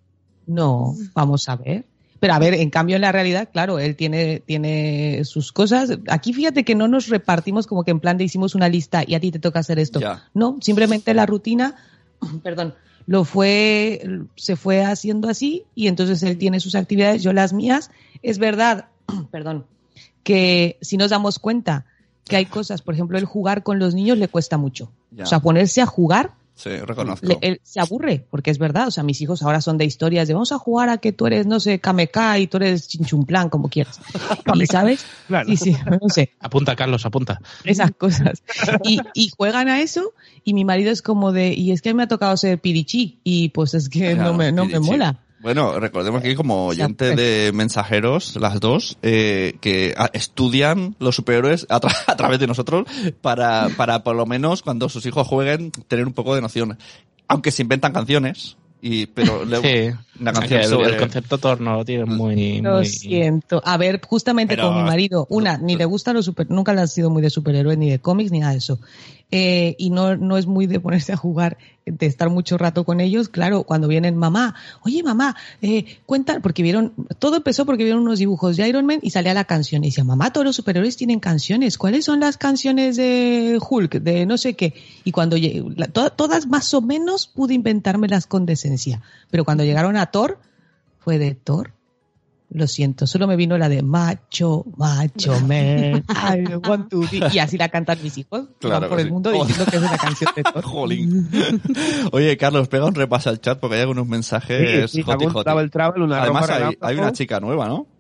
no, vamos a ver. Pero a ver, en cambio en la realidad, claro, él tiene, tiene sus cosas. Aquí fíjate que no nos repartimos como que en plan de hicimos una lista y a ti te toca hacer esto. Ya. No, simplemente la rutina, perdón, lo fue, se fue haciendo así y entonces él tiene sus actividades, yo las mías. Es verdad, perdón, que si nos damos cuenta que hay cosas, por ejemplo, el jugar con los niños le cuesta mucho. Ya. O sea, ponerse a jugar, Sí, reconozco. le- él se aburre, porque es verdad. O sea, mis hijos ahora son de historias de vamos a jugar a que tú eres, no sé, Kamekai y tú eres Chinchumplán, como quieras. ¿Y sabes? Claro. Sí, sí, no sé. Apunta, Carlos, apunta. Esas cosas. Y, y juegan a eso y mi marido es como de, y es que me ha tocado ser pirichí y pues es que Claro, no me, no me Pirichi. mola. Bueno, recordemos que hay como oyente O sea, de mensajeros, las dos, eh, que a- estudian los superhéroes a, tra- a través de nosotros para, para por lo menos cuando sus hijos jueguen tener un poco de noción. Aunque se inventan canciones, y pero le- Sí. una O sea, canción que el, sobre... el concepto Thor no lo tiene muy... Lo muy... siento. A ver, justamente Pero- con mi marido, una, ni le gustan los super, nunca le han sido muy de superhéroes, ni de cómics, ni nada de eso. Eh, y no, no es muy de ponerse a jugar, de estar mucho rato con ellos. Claro, cuando vienen mamá, oye mamá, eh, cuenta, porque vieron, todo empezó porque vieron unos dibujos de Iron Man y salía la canción. Y decía, mamá, todos los superhéroes tienen canciones. ¿Cuáles son las canciones de Hulk, de no sé qué? Y cuando llegué, la- to- todas más o menos pude inventármelas con decencia. Pero cuando llegaron a Thor, fue de Thor. Lo siento, solo me vino la de macho, macho, man, I want to be. Y así la cantan mis hijos. Claro Van por que el sí. mundo diciendo que es una canción de Thor. Jolín. Oye, Carlos, pega un repaso al chat porque hay algunos mensajes Sí, sí, joti, algún joti. Travel Travel, una Además ropa hay, relámpago. hay una chica nueva, ¿no?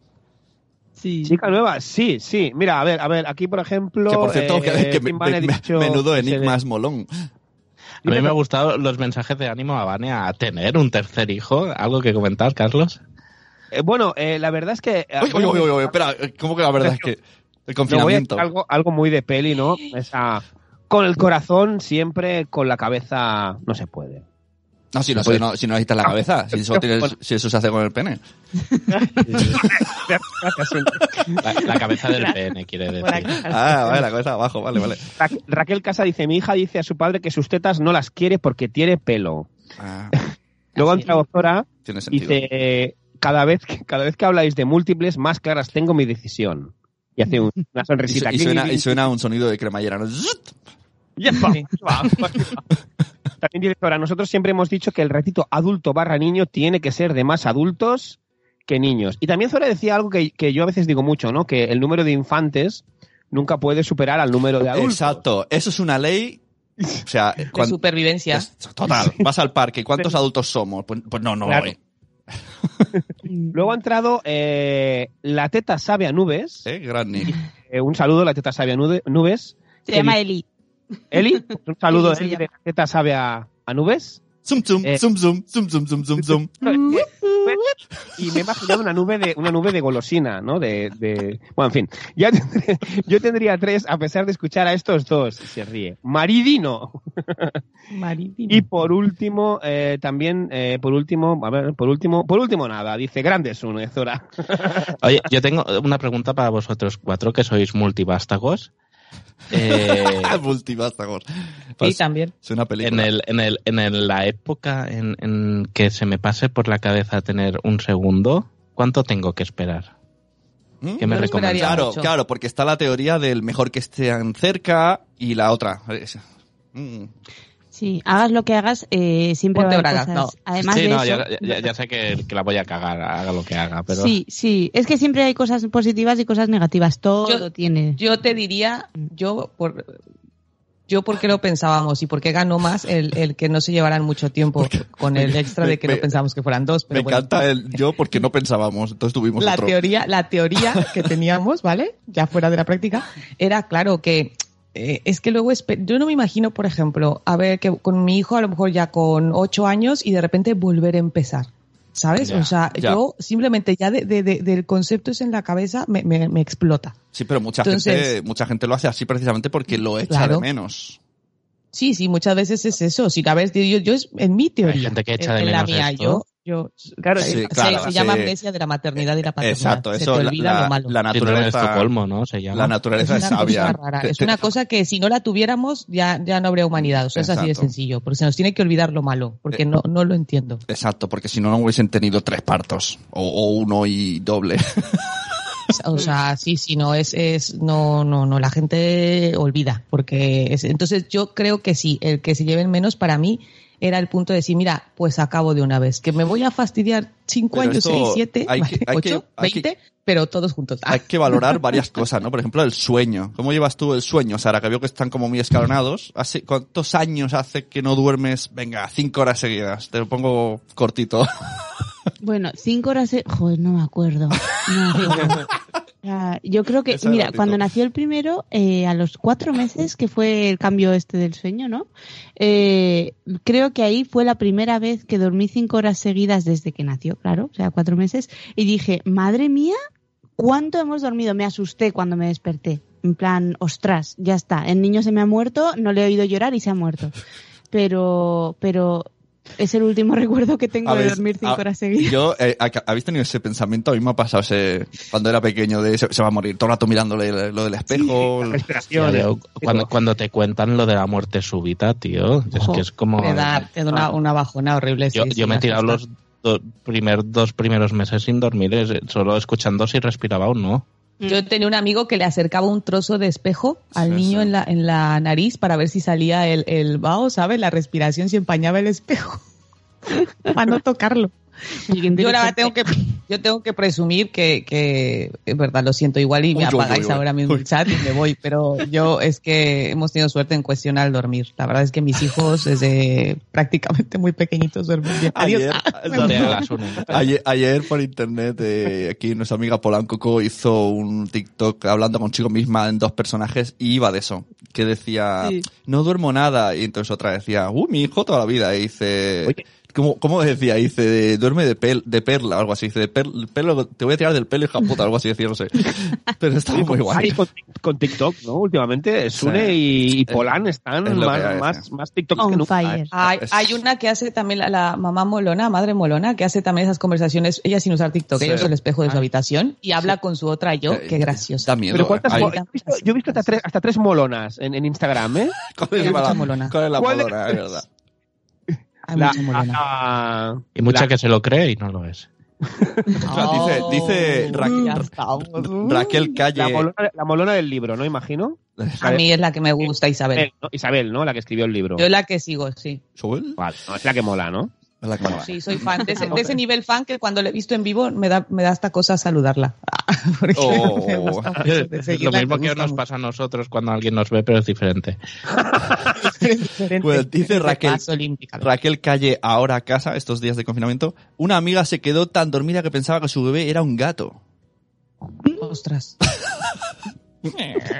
Sí. Chica nueva, sí, sí. Mira, a ver, a ver, aquí por ejemplo. Que por cierto, eh, que, que me- Tim Van ha me- dicho menudo que se- enigma molón. A mí me han gustado los mensajes de ánimo a Vane a tener un tercer hijo. ¿Algo que comentar, Carlos? Eh, bueno, eh, la verdad es que. eh, Uy, uy, uy, uy, uy, espera, ¿cómo que la verdad es que el no voy a confinamiento? decir algo, algo muy de peli, ¿no? Esa, con el corazón siempre, con la cabeza no se puede. No, si no, Pues- si no, si no necesitas la cabeza, si eso, tienes, Bueno. si eso se hace con el pene. Gracias, Sonia. La, la cabeza del pene, quiere decir. Ah, vale, la cabeza abajo, vale, vale. Ra- Raquel Casa dice, mi hija dice a su padre que sus tetas no las quiere porque tiene pelo. Ah, Luego entra Ozora, tiene sentido. dice, eh, cada vez, que, cada vez que habláis de múltiples, más claras tengo mi decisión. Y hace un- una Y, sonrisita. su- y suena, y suena un sonido de cremallera, ¿no? Zut. Yepa. Sí. También dice Zora, nosotros siempre hemos dicho que el ratito adulto barra niño tiene que ser de más adultos que niños. Y también Zora decía algo que, que yo a veces digo mucho, ¿no? Que el número de infantes nunca puede superar al número de adultos. Exacto, eso es una ley. O sea, De cuan- supervivencia. es- total, vas al parque, ¿cuántos adultos somos? Pues, pues no, no Claro. voy. Luego ha entrado eh, La Teta Sabe a Nubes. ¿Eh? Gran Nick. Eh, un saludo, La Teta Sabe a Nude- Nubes. Se llama Eli. Eli, un saludo Eli se Eli, llama. de La Teta Sabe a, a Nubes. Zum, zum, Eh. zum, zum, zum, zum, zum, zum, zum. Y me he imaginado una nube de una nube de golosina, ¿no? De, de... Bueno, en fin. Ya tendré- yo tendría tres a pesar de escuchar a estos dos. Se ríe. Maridino. Maridino. Y por último, eh, también, eh, por último, a ver, por último, por último nada. Dice, grandes uno, eh, Zora. Oye, yo tengo una pregunta para vosotros cuatro, que sois multivástagos. Eh, Multivástagos. Sí, Pues, también. es una en película. el, en el, en el- la época en, en que se me pase por la cabeza tener un segundo, ¿cuánto tengo que esperar? ¿Mm? ¿Qué me Yo lo esperaría recomendáis? Claro, mucho. claro, porque está la teoría del mejor que estén cerca y la otra. Es- Mm. Sí, hagas lo que hagas, eh, siempre Ponte va a haber bragas, cosas. no. Además Sí, de no, eso, ya, ya- ya sé que, que la voy a cagar, haga lo que haga, pero... sí, sí, es que siempre hay cosas positivas y cosas negativas. Todo Yo- tiene. Yo te diría, yo por yo porque lo pensábamos y porque ganó más el, el que no se llevaran mucho tiempo con el extra de que me- no pensábamos que fueran dos. Pero Me bueno. encanta el yo porque no pensábamos, entonces tuvimos la otro. teoría, la teoría que teníamos, ¿vale? Ya fuera de la práctica, era claro que eh, es que luego espe- yo no me imagino, por ejemplo, a ver que con mi hijo a lo mejor ya con ocho años y de repente volver a empezar. ¿Sabes? Ya, o sea, ya. yo simplemente ya de, de- de- del concepto ese en la cabeza me, me, me explota. Sí, pero mucha Entonces- gente, mucha gente lo hace así precisamente porque lo echa Claro. de menos. Sí, sí, muchas veces es eso. Si a ver, yo, yo es en mi teoría. Hay gente que echa de en, en la menos mía, esto. yo, yo, claro, Sí, se, claro, se llama sí. amnesia de la maternidad y la paternidad. Exacto, se eso te la, olvida la- lo malo. la Síndrome de naturaleza, Estocolmo, ¿no? Se llama. la naturaleza es, una sabia. cosa rara. Te- Es te- una cosa que si no la tuviéramos ya, ya no habría humanidad. O sea, es así de Exacto. sencillo. Porque se nos tiene que olvidar lo malo. Porque Eh, no, no lo entiendo. Exacto, porque si no, no hubiesen tenido tres partos. O, o uno y doble. O sea, sí, sí, no es, es, no, no, no, la gente olvida. Porque es, entonces yo creo que sí, el que se lleven menos para mí era el punto de decir, mira, pues acabo de una vez, que me voy a fastidiar cinco Pero años, esto seis, siete, hay que- hay ocho, que- hay que- veinte, pero todos juntos. Hay que valorar varias cosas, ¿no? Por ejemplo, el sueño. ¿Cómo llevas tú el sueño, Sara? Que veo que están como muy escalonados. ¿Hace, ¿Cuántos años hace que no duermes? Venga, cinco horas seguidas. Te lo pongo cortito. Bueno, cinco horas... se- Joder, no me acuerdo. No, me acuerdo. O sea, yo creo que, Ese mira, ratito. cuando nació el primero, eh, a los cuatro meses, que fue el cambio este del sueño, ¿no? Eh, creo que ahí fue la primera vez que dormí cinco horas seguidas desde que nació, claro, o sea, cuatro meses, y dije, madre mía, ¿cuánto hemos dormido? Me asusté cuando me desperté. En plan, ostras, ya está, el niño se me ha muerto, no le he oído llorar y se ha muerto. Pero, pero es el último recuerdo que tengo de ¿Habéis- dormir cinco ha- horas seguidas. Yo, eh, ¿ha- ¿habéis tenido ese pensamiento? A mí me ha pasado ese, cuando era pequeño, de se, se va a morir todo el rato mirándole lo del espejo. La Ya, respiración. yo, cuando, cuando te cuentan lo de la muerte súbita, tío, es Ojo, que es como... Te da, te da una, una bajona horrible. Yo, sí, sí, yo me he tirado asusta. los do- primer, dos primeros meses sin dormir, es- solo escuchando si respiraba o no. Yo tenía un amigo que le acercaba un trozo de espejo al Sí, niño sí. en la en la nariz para ver si salía el, el vaho, ¿sabes? La respiración, si empañaba el espejo. Para no tocarlo. Yo la verdad tengo que, yo tengo que presumir que, que, es verdad, lo siento, igual y me Uy, uy, apagáis uy, uy. ahora mismo Uy. el chat y me voy, pero yo es que hemos tenido suerte en cuestión al dormir. La verdad es que mis hijos desde prácticamente muy pequeñitos duermen bien. Adiós. Ayer, Ah, me no voy. Te hagas un- Ayer, ayer por internet, eh, aquí nuestra amiga Polanco hizo un TikTok hablando consigo misma en dos personajes y iba de eso, que decía, Sí. no duermo nada, y entonces otra decía, uh, mi hijo toda la vida, y dice, Oye. ¿cómo, cómo decía? Dice, de- duerme de, pel, de perla, o algo así, dice, de per- pelo, te voy a tirar del pelo, hija puta, algo así decía, no sé. Pero estaba muy guay. Ahí con, con TikTok, ¿no? Últimamente, Sune Sí. y, y Polán están es lo más, que hay, más, sí. más TikTok que On nunca. fire. ¿eh? Hay, Es- hay una que hace también la, la mamá molona, madre molona, que hace también esas conversaciones, ella sin usar TikTok, Sí. ella usa el espejo de su Ah. habitación y habla con su otra yo, Eh, qué graciosa. Da miedo. Pero ¿cuántas Hay- mo- yo he visto, yo he visto hasta tres, hasta tres molonas en, en Instagram, ¿eh? ¿Cuál es Hay la- mucha molona. cuál es la ¿Cuál de molona? las Es tres? verdad. Hay La- mucha molona. la- Y mucha la- que se lo cree y no lo es. Dice, dice Ra- Oh, ya Ra- estamos. Raquel Calle. la, molona, la molona del libro, ¿no? Imagino. A mí es la que me gusta, Isabel. Isabel, ¿no? Isabel, ¿no? La que escribió el libro. Yo es la que sigo, sí. ¿Joel? Vale, no, es la que mola, ¿no? Es la que mola. Sí, soy fan de ese, de ese nivel fan que cuando le he visto en vivo me da, me da hasta cosa saludarla. Porque Oh. me gusta mucho de Es lo seguirla, mismo me que gusta nos mucho. pasa a nosotros cuando alguien nos ve, pero es diferente. Diferente. Pues dice De Raquel, paso olímpica. Raquel Calle ahora a casa, estos días de confinamiento, una amiga se quedó tan dormida que pensaba que su bebé era un gato. Ostras. Sí.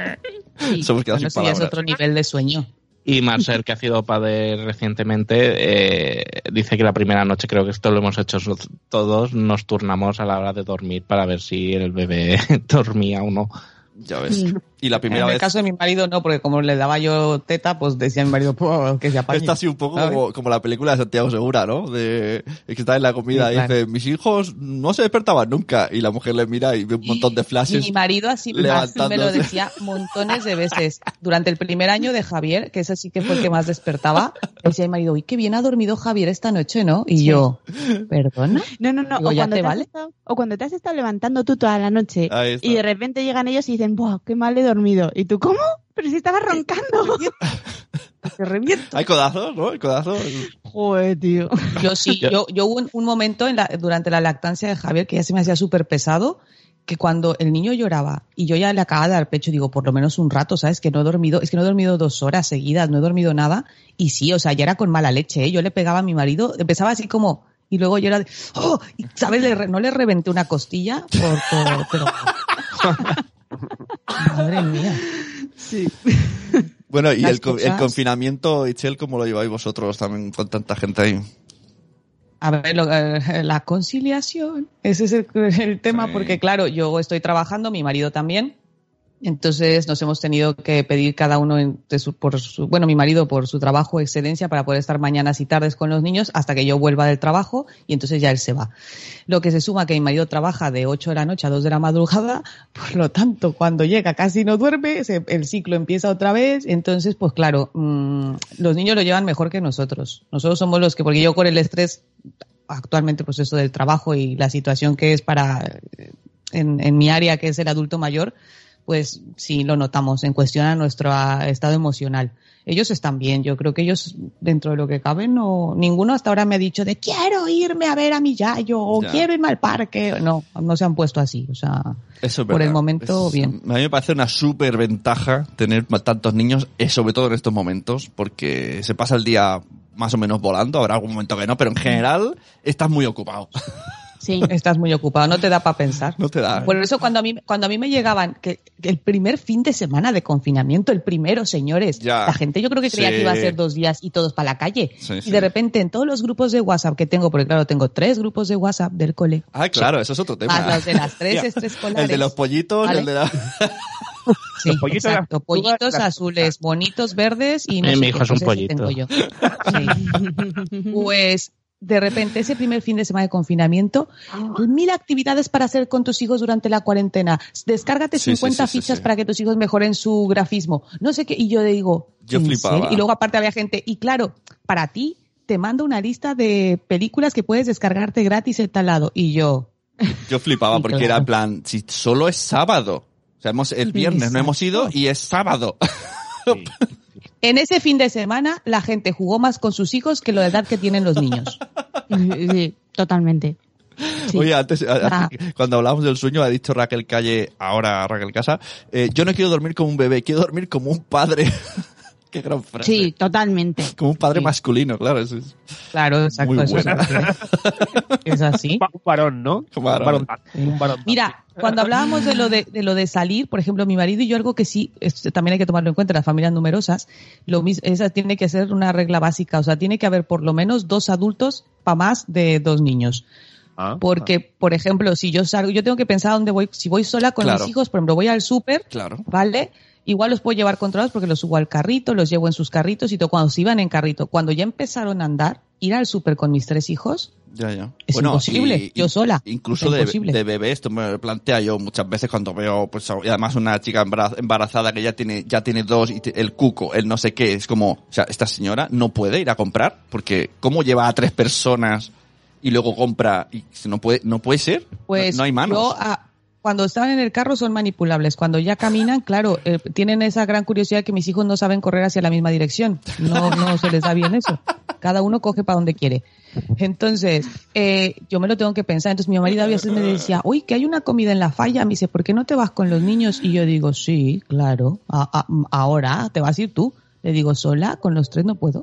Se hemos quedado Bueno, sin eso ya es palabras. otro nivel de sueño. Y Marcel, que ha sido padre recientemente, eh, dice que la primera noche, creo que esto lo hemos hecho so- todos, nos turnamos a la hora de dormir para ver si el bebé dormía o no. Ya ves. Y la primera en el vez... caso de mi marido no, porque como le daba yo teta, pues decía mi marido "Puh, que se apañe". Esta ha sido un poco ¿sabes? como, como la película de Santiago Segura, ¿no? De que está en la comida Sí, y claro. dice, mis hijos no se despertaban nunca. Y la mujer le mira y ve un montón de Y flashes. mi marido así, así me lo levantándose. decía montones de veces. Durante el primer año de Javier, que ese sí que fue el que más despertaba, decía mi marido, uy, qué bien ha dormido Javier esta noche, ¿no? Y Sí. yo, ¿perdona? No, no, no. Digo, O ¿ya cuando, te te has vale? estado, o cuando te has estado levantando tú toda la noche Ahí está. y de repente llegan ellos y dicen, ¡buah, qué mal he dormido! ¿Y tú cómo? Pero si estabas roncando. Te reviento. Hay codazos, ¿no? Hay codazos. Joder, tío. Yo sí, yo, yo hubo un, un momento en la, durante la lactancia de Javier que ya se me hacía súper pesado, que cuando el niño lloraba y yo ya le acababa de dar pecho, digo, por lo menos un rato, ¿sabes? Que no he dormido, es que no he dormido dos horas seguidas, no he dormido nada. Y sí, o sea, ya era con mala leche, ¿eh? Yo le pegaba a mi marido, empezaba así como, y luego yo era de, ¡oh! Y, ¿sabes? Le re- no le reventé una costilla por, por pero... Madre mía. Bueno, y Las el, co- el cosas- confinamiento, Itzel, ¿cómo lo lleváis vosotros también con tanta gente ahí? A ver, lo- eh, la conciliación, ese es el, el tema, Sí. porque claro, yo estoy trabajando, mi marido también, entonces nos hemos tenido que pedir cada uno en- de su, por su, bueno, mi marido por su trabajo excedencia para poder estar mañanas y tardes con los niños hasta que yo vuelva del trabajo y entonces ya él se va. Lo que se suma que mi marido trabaja de ocho de la noche a dos de la madrugada, por lo tanto, cuando llega casi no duerme, se- el ciclo empieza otra vez, entonces pues claro, mmm, los niños lo llevan mejor que nosotros. Nosotros somos los que, porque yo con el estrés actualmente pues eso del trabajo y la situación que es para en, en mi área que es el adulto mayor, pues sí lo notamos en cuestión a nuestro a, estado emocional. Ellos están bien, yo creo que ellos, dentro de lo que cabe, no, ninguno hasta ahora me ha dicho de quiero irme a ver a mi yayo o ya. quiero irme al parque. No, no se han puesto así, o sea, Eso es por el verdad. momento Es- bien. A mí me parece una súper ventaja tener tantos niños, eh, sobre todo en estos momentos, porque se pasa el día más o menos volando, habrá algún momento que no, pero en general estás muy ocupado. Sí. Estás muy ocupado, no te da para pensar. No te da. Por eso cuando a mí cuando a mí me llegaban que, que el primer fin de semana de confinamiento, el primero, señores, Ya. la gente yo creo que creía Sí. que iba a ser dos días y todos para la calle. Sí, y sí. de repente en todos los grupos de WhatsApp que tengo, porque claro, tengo tres grupos de WhatsApp del cole, Ah, claro, eso es otro tema. más los de las tres extraescolares. El de los pollitos, Vale. el de la... Sí, Los pollitos, exacto. las Pollitos tortugas, las- azules, bonitos, verdes y no Eh, sé mi qué hijo es un cosas pollito. tengo yo. Sí. Pues de repente ese primer fin de semana de confinamiento, mil actividades para hacer con tus hijos durante la cuarentena. Descárgate Sí, sí, cincuenta sí, sí, fichas sí. para que tus hijos mejoren su grafismo. No sé qué. Y yo digo, Yo ¿en flipaba. serio? Y luego aparte había gente. Y claro, para ti te mando una lista de películas que puedes descargarte gratis en tal lado. Y yo, Yo flipaba Sí, porque claro. era en plan, si solo es sábado. O sea, hemos, el viernes no hemos ido y es sábado. Sí. en ese fin de semana la gente jugó más con sus hijos que la edad que tienen los niños. Sí, totalmente. Sí. Oye, antes, a- Ah. cuando hablábamos del sueño, ha dicho Raquel Calle, ahora Raquel Casa, eh, yo no quiero dormir como un bebé, quiero dormir como un padre. Qué gran frase. Sí, totalmente. Como un padre Sí. masculino, claro. Eso es Claro, exacto. muy eso es bueno. así. Es así. Un varón, ¿no? Un varón. Un varón. Mira, cuando hablábamos de lo de, de lo de salir, por ejemplo, mi marido y yo, algo que sí, esto también hay que tomarlo en cuenta, las familias numerosas, lo mis- esa tiene que ser una regla básica, o sea, tiene que haber por lo menos dos adultos para más de dos niños. Ah, Porque, por ejemplo, si yo salgo, yo tengo que pensar dónde voy, si voy sola con Claro. mis hijos, por ejemplo, voy al súper, Claro. ¿vale? Igual los puedo llevar controlados porque los subo al carrito, los llevo en sus carritos y todo, cuando se iban en carrito. Cuando ya empezaron a andar, ir al súper con mis tres hijos, Ya, ya. Es imposible, yo sola. Incluso Es de, imposible. de bebé, esto me lo plantea yo muchas veces cuando veo, pues, y además una chica embara- embarazada que ya tiene, ya tiene dos y te- el cuco, el no sé qué, es como, o sea, esta señora no puede ir a comprar porque ¿cómo lleva a tres personas y luego compra y si no puede, no puede ser? pues no, no hay manos. yo, ah, cuando estaban en el carro son manipulables. Cuando ya caminan, claro, eh, tienen esa gran curiosidad que mis hijos no saben correr hacia la misma dirección. No, no se les da bien eso. Cada uno coge para donde quiere. Entonces, eh, yo me lo tengo que pensar. Entonces mi marido a veces me decía, uy, que hay una comida en la falla. Me dice, ¿por qué no te vas con los niños? Y yo digo, sí, claro. A- a- ahora te vas a ir tú. Le digo, sola, con los tres no puedo.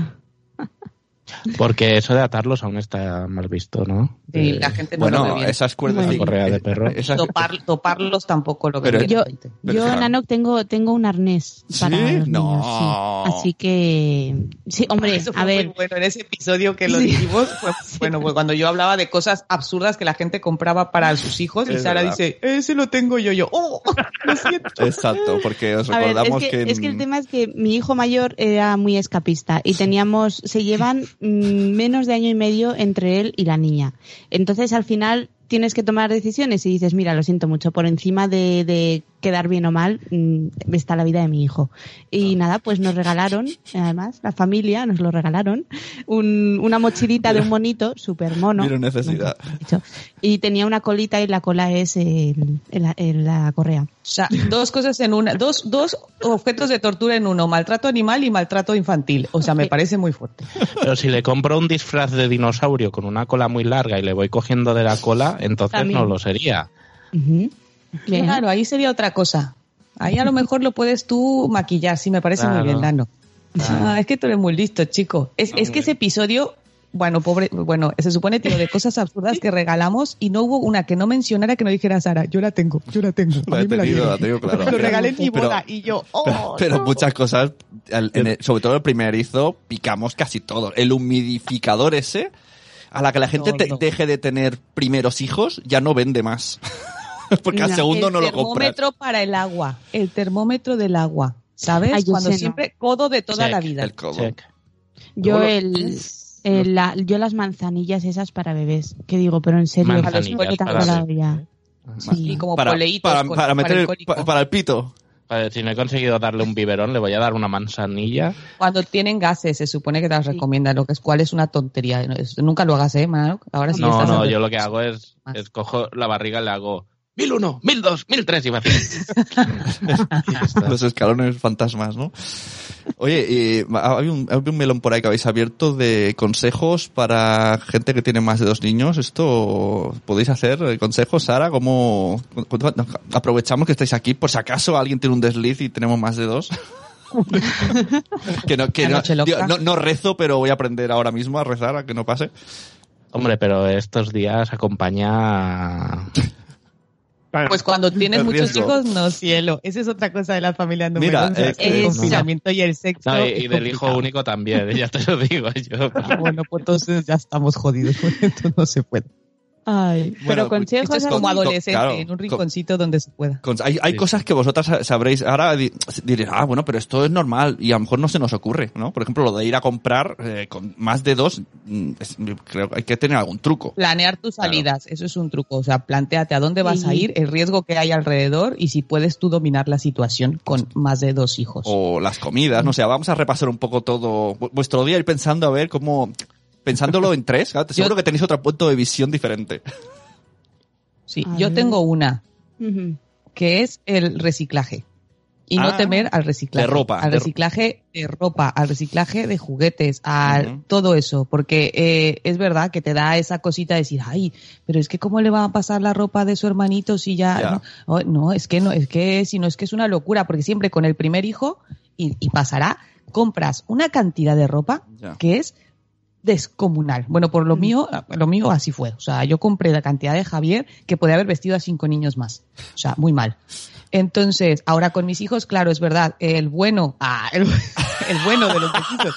Porque eso de atarlos aún está mal visto, ¿no? Sí, Eh, la gente no lo ve Bueno, bien. esas cuerdas Muy de bien. Correa de perro. esas- Topar- toparlos tampoco lo Pero ve bien yo- la gente. Pero Yo, es que- Nanok, tengo, tengo un arnés para ¿Sí? los No. niños, sí. Así que, sí, hombre, Eso fue a muy ver, bueno en ese episodio que lo Sí. dijimos. Fue, bueno, pues cuando yo hablaba de cosas absurdas que la gente compraba para sus hijos y Es Sara verdad. dice, ese lo tengo yo. Yo, oh, lo siento. Exacto, porque os a ver, es recordamos que, que, es que el tema es que mi hijo mayor era muy escapista y teníamos, se llevan mm, menos de año y medio entre él y la niña. Entonces, al final, tienes que tomar decisiones y dices, mira, lo siento mucho, por encima de, de quedar bien o mal mm, está la vida de mi hijo. Y nada, pues nos regalaron, además, la familia nos lo regalaron, un- una mochilita de un monito, súper mono. Vieron necesidad. nunca he dicho, y tenía una colita y la cola es el- el- el- la correa. O sea, dos cosas en una, dos, dos objetos de tortura en uno, maltrato animal y maltrato infantil. O sea, me parece muy fuerte. Pero si le compro un disfraz de dinosaurio con una cola muy larga y le voy cogiendo de la cola, entonces También. no lo sería. Ujú. Bien. Claro, ahí sería otra cosa. Ahí a lo mejor lo puedes tú maquillar, sí, me parece Claro. muy bien, Dano. Ah, es que tú eres muy listo, chico. Es, es que ese episodio, bueno, pobre, bueno, se supone, tío, de cosas absurdas que regalamos y no hubo una que no mencionara que no dijera Sara, yo la tengo, yo la tengo. A La he mí me la tenido, dieron. la tengo, claro. Lo regalé en mi Pero- boda y yo, oh, Pero no. muchas cosas, al- en el- sobre todo el primerizo, picamos casi todo. El humidificador ese, a la que la gente No, te- no. deje de tener primeros hijos, ya no vende más. Porque al No. segundo el no lo compras. termómetro para el agua, el termómetro del agua, ¿sabes? Ay, yo Cuando sé, no. siempre codo de toda Check, la vida. El codo. Check. Yo Luego lo- el, el- la- yo las manzanillas esas para bebés, que digo, pero en serio, Manzanillas ¿qué tan para colado bebés. ya? Sí. Y como Para, poleitos para, con- para meter el el- cólico. pa- para el pito. Vale, si no he conseguido darle un biberón, le voy a dar una manzanilla. Cuando tienen gases, se supone que te las Sí. recomiendan, lo que es cual es una tontería. No, es- nunca lo hagas, ¿eh, Manu? Ahora sí No, estás no, haciendo yo lo que hago es, más. es cojo la barriga y le hago mil uno, mil dos, mil tres iba a decir. Los escalones fantasmas, ¿no? Oye, y hay un, hay un melón por ahí que habéis abierto de consejos para gente que tiene más de dos niños. ¿Esto podéis hacer? ¿Consejos, Sara? ¿Cómo aprovechamos que estáis aquí por si acaso alguien tiene un desliz y tenemos más de dos? que no, que no, tío, no, no rezo, pero voy a aprender ahora mismo a rezar a que no pase. Hombre, pero estos días acompaña... Pues cuando tienes El muchos riesgo. hijos, no, cielo. Esa es otra cosa de las familias Mira, numerosas. eh, el es- confinamiento y el sexo. No, y, es y del hijo complicado. único también, ya te lo digo yo. Ah, bueno, pues entonces ya estamos jodidos. Esto no se puede. Ay, Bueno, pero Esto consejos es con- como con- adolescente, claro, en un con- rinconcito donde se pueda. Con- Hay, hay Sí. cosas que vosotras sabréis, ahora di- diréis, ah, bueno, pero esto es normal y a lo mejor no se nos ocurre, ¿no? Por ejemplo, lo de ir a comprar eh, con más de dos, mm, es- creo que hay que tener algún truco. Planear tus Claro. salidas, eso es un truco. O sea, planteate a dónde vas Sí. a ir, el riesgo que hay alrededor y si puedes tú dominar la situación con más de dos hijos. O las comidas, no sé, vamos a repasar un poco todo vu- vuestro día, ir pensando a ver cómo, pensándolo en tres, claro, seguro que tenéis otro punto de visión diferente. Sí, A yo ver. tengo una, Ujú. que es el reciclaje. Y no Ah, temer al reciclaje. de ropa, Al de- reciclaje de ropa, al reciclaje de juguetes, a Ujú. todo eso. Porque eh, es verdad que te da esa cosita de decir, ay, pero es que cómo le va a pasar la ropa de su hermanito si ya... Ya. No, Oh, no, es que no, es que si no, es que es una locura. Porque siempre con el primer hijo, y, y pasará, compras una cantidad de ropa Ya. que es descomunal. Bueno, por lo mío, lo mío así fue. O sea, yo compré la cantidad de Javier que podía haber vestido a cinco niños más. O sea, muy mal. Entonces, ahora con mis hijos, claro, es verdad, el bueno, ah, el, el bueno de los vestidos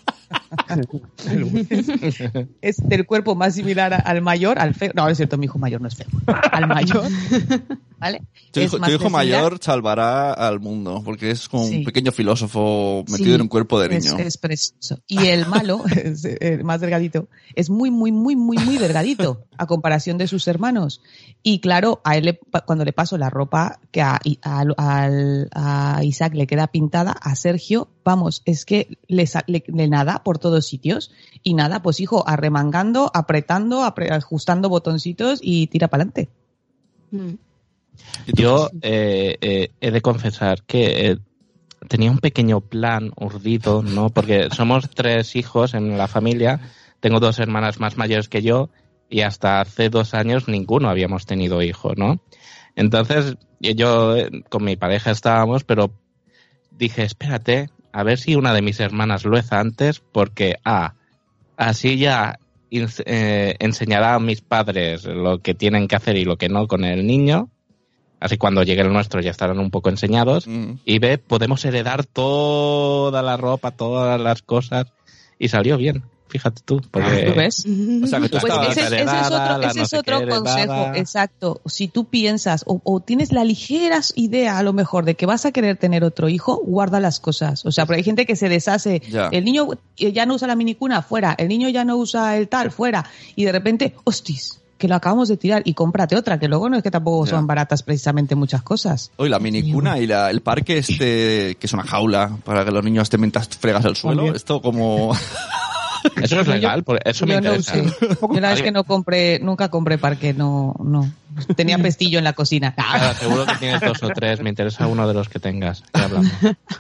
es del cuerpo más similar a- al mayor, al feo. No, es cierto, mi hijo mayor no es feo. Al mayor, ¿vale? Tu Es hijo, más tu hijo similar. mayor salvará al mundo, porque es como Sí. un pequeño filósofo metido Sí, en un cuerpo de es- niño. Es, precioso. Y el malo, es, el más delgadito, es muy, muy, muy, muy, muy delgadito a comparación de sus hermanos. Y claro, a él le- cuando le paso la ropa que a, a, al- a Isaac le queda pintada, a Sergio, vamos, es que le, sa- le, le nada por todos sitios. Y nada, pues hijo, arremangando, apretando, apre- ajustando botoncitos y tira para adelante. Mm. ¿Y tú? Yo eh, eh, he de confesar que eh, tenía un pequeño plan urdido, ¿no? Porque somos tres hijos en la familia, tengo dos hermanas más mayores que yo y hasta hace dos años ninguno habíamos tenido hijos, ¿no? Entonces yo eh, con mi pareja estábamos, pero dije, espérate, a ver si una de mis hermanas lo hace antes, porque ah, así ya ins- eh, enseñará a mis padres lo que tienen que hacer y lo que no con el niño. Así cuando llegue el nuestro ya estarán un poco enseñados. Mm. Y ve, podemos heredar toda la ropa, todas las cosas. Y salió bien, fíjate tú. Porque ¿Tú ves? O sea, que tú Pues estabas- ese, ese es heredada, otro, la ese no es sé otro qué consejo, heredada. exacto. Si tú piensas o, o tienes la ligera idea a lo mejor de que vas a querer tener otro hijo, guarda las cosas. O sea, porque hay gente que se deshace. Ya. El niño ya no usa la minicuna, fuera. El niño ya no usa el tal, fuera. Y de repente, hostis, que lo acabamos de tirar y cómprate otra, que luego no es que tampoco Ya. son baratas precisamente muchas cosas. Hoy la minicuna y la, el parque este, que es una jaula para que los niños estén mientras fregas el suelo, También. esto como... eso es legal, porque eso me Yo no interesa. usé. Yo la verdad es que no compré, nunca compré parque, no, no. Tenía pestillo en la cocina. Nada, seguro que tienes dos o tres, me interesa uno de los que tengas. Ya hablamos.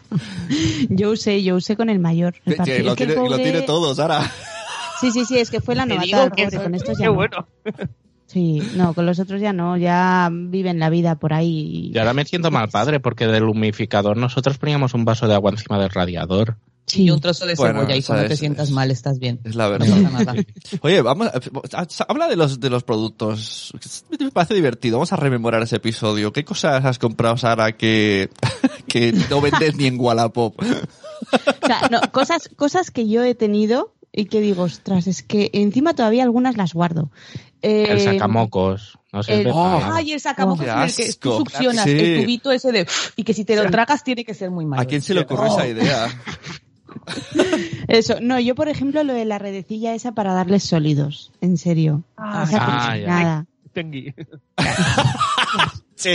Yo usé, yo usé con el mayor. el que, parque. que lo, Es que el tiene, lo pobre- tiene todo, Sara. Sí, sí, sí, es que fue la Te novatada, digo que pobre, eso- con estos qué ya no. bueno. Sí, no, con los otros ya no, ya viven la vida por ahí. Y ahora me siento mal padre, porque del humidificador nosotros poníamos un vaso de agua encima del radiador. Sí. Y un trozo de Bueno, cebolla y cuando sabes, te sientas es- mal estás bien. Es la No verdad. pasa nada. Oye, vamos, a- habla de los de los productos. Me parece divertido. Vamos a rememorar ese episodio. ¿Qué cosas has comprado, Sara, que, que no vendes ni en Wallapop? O sea, no, cosas, cosas que yo he tenido y que digo, ostras, es que encima todavía algunas las guardo. Eh, El sacamocos. No sé. el- Oh. Ay, el sacamocos Qué en el que tú asco. succionas Sí. el tubito ese de... Y que si te lo tragas tiene que ser muy malo. ¿A quién se le ocurrió Oh. esa idea? Eso, no, yo por ejemplo lo de la redecilla esa para darles sólidos, en serio. Ah, Esa ah, cosa, ya. nada. Sí.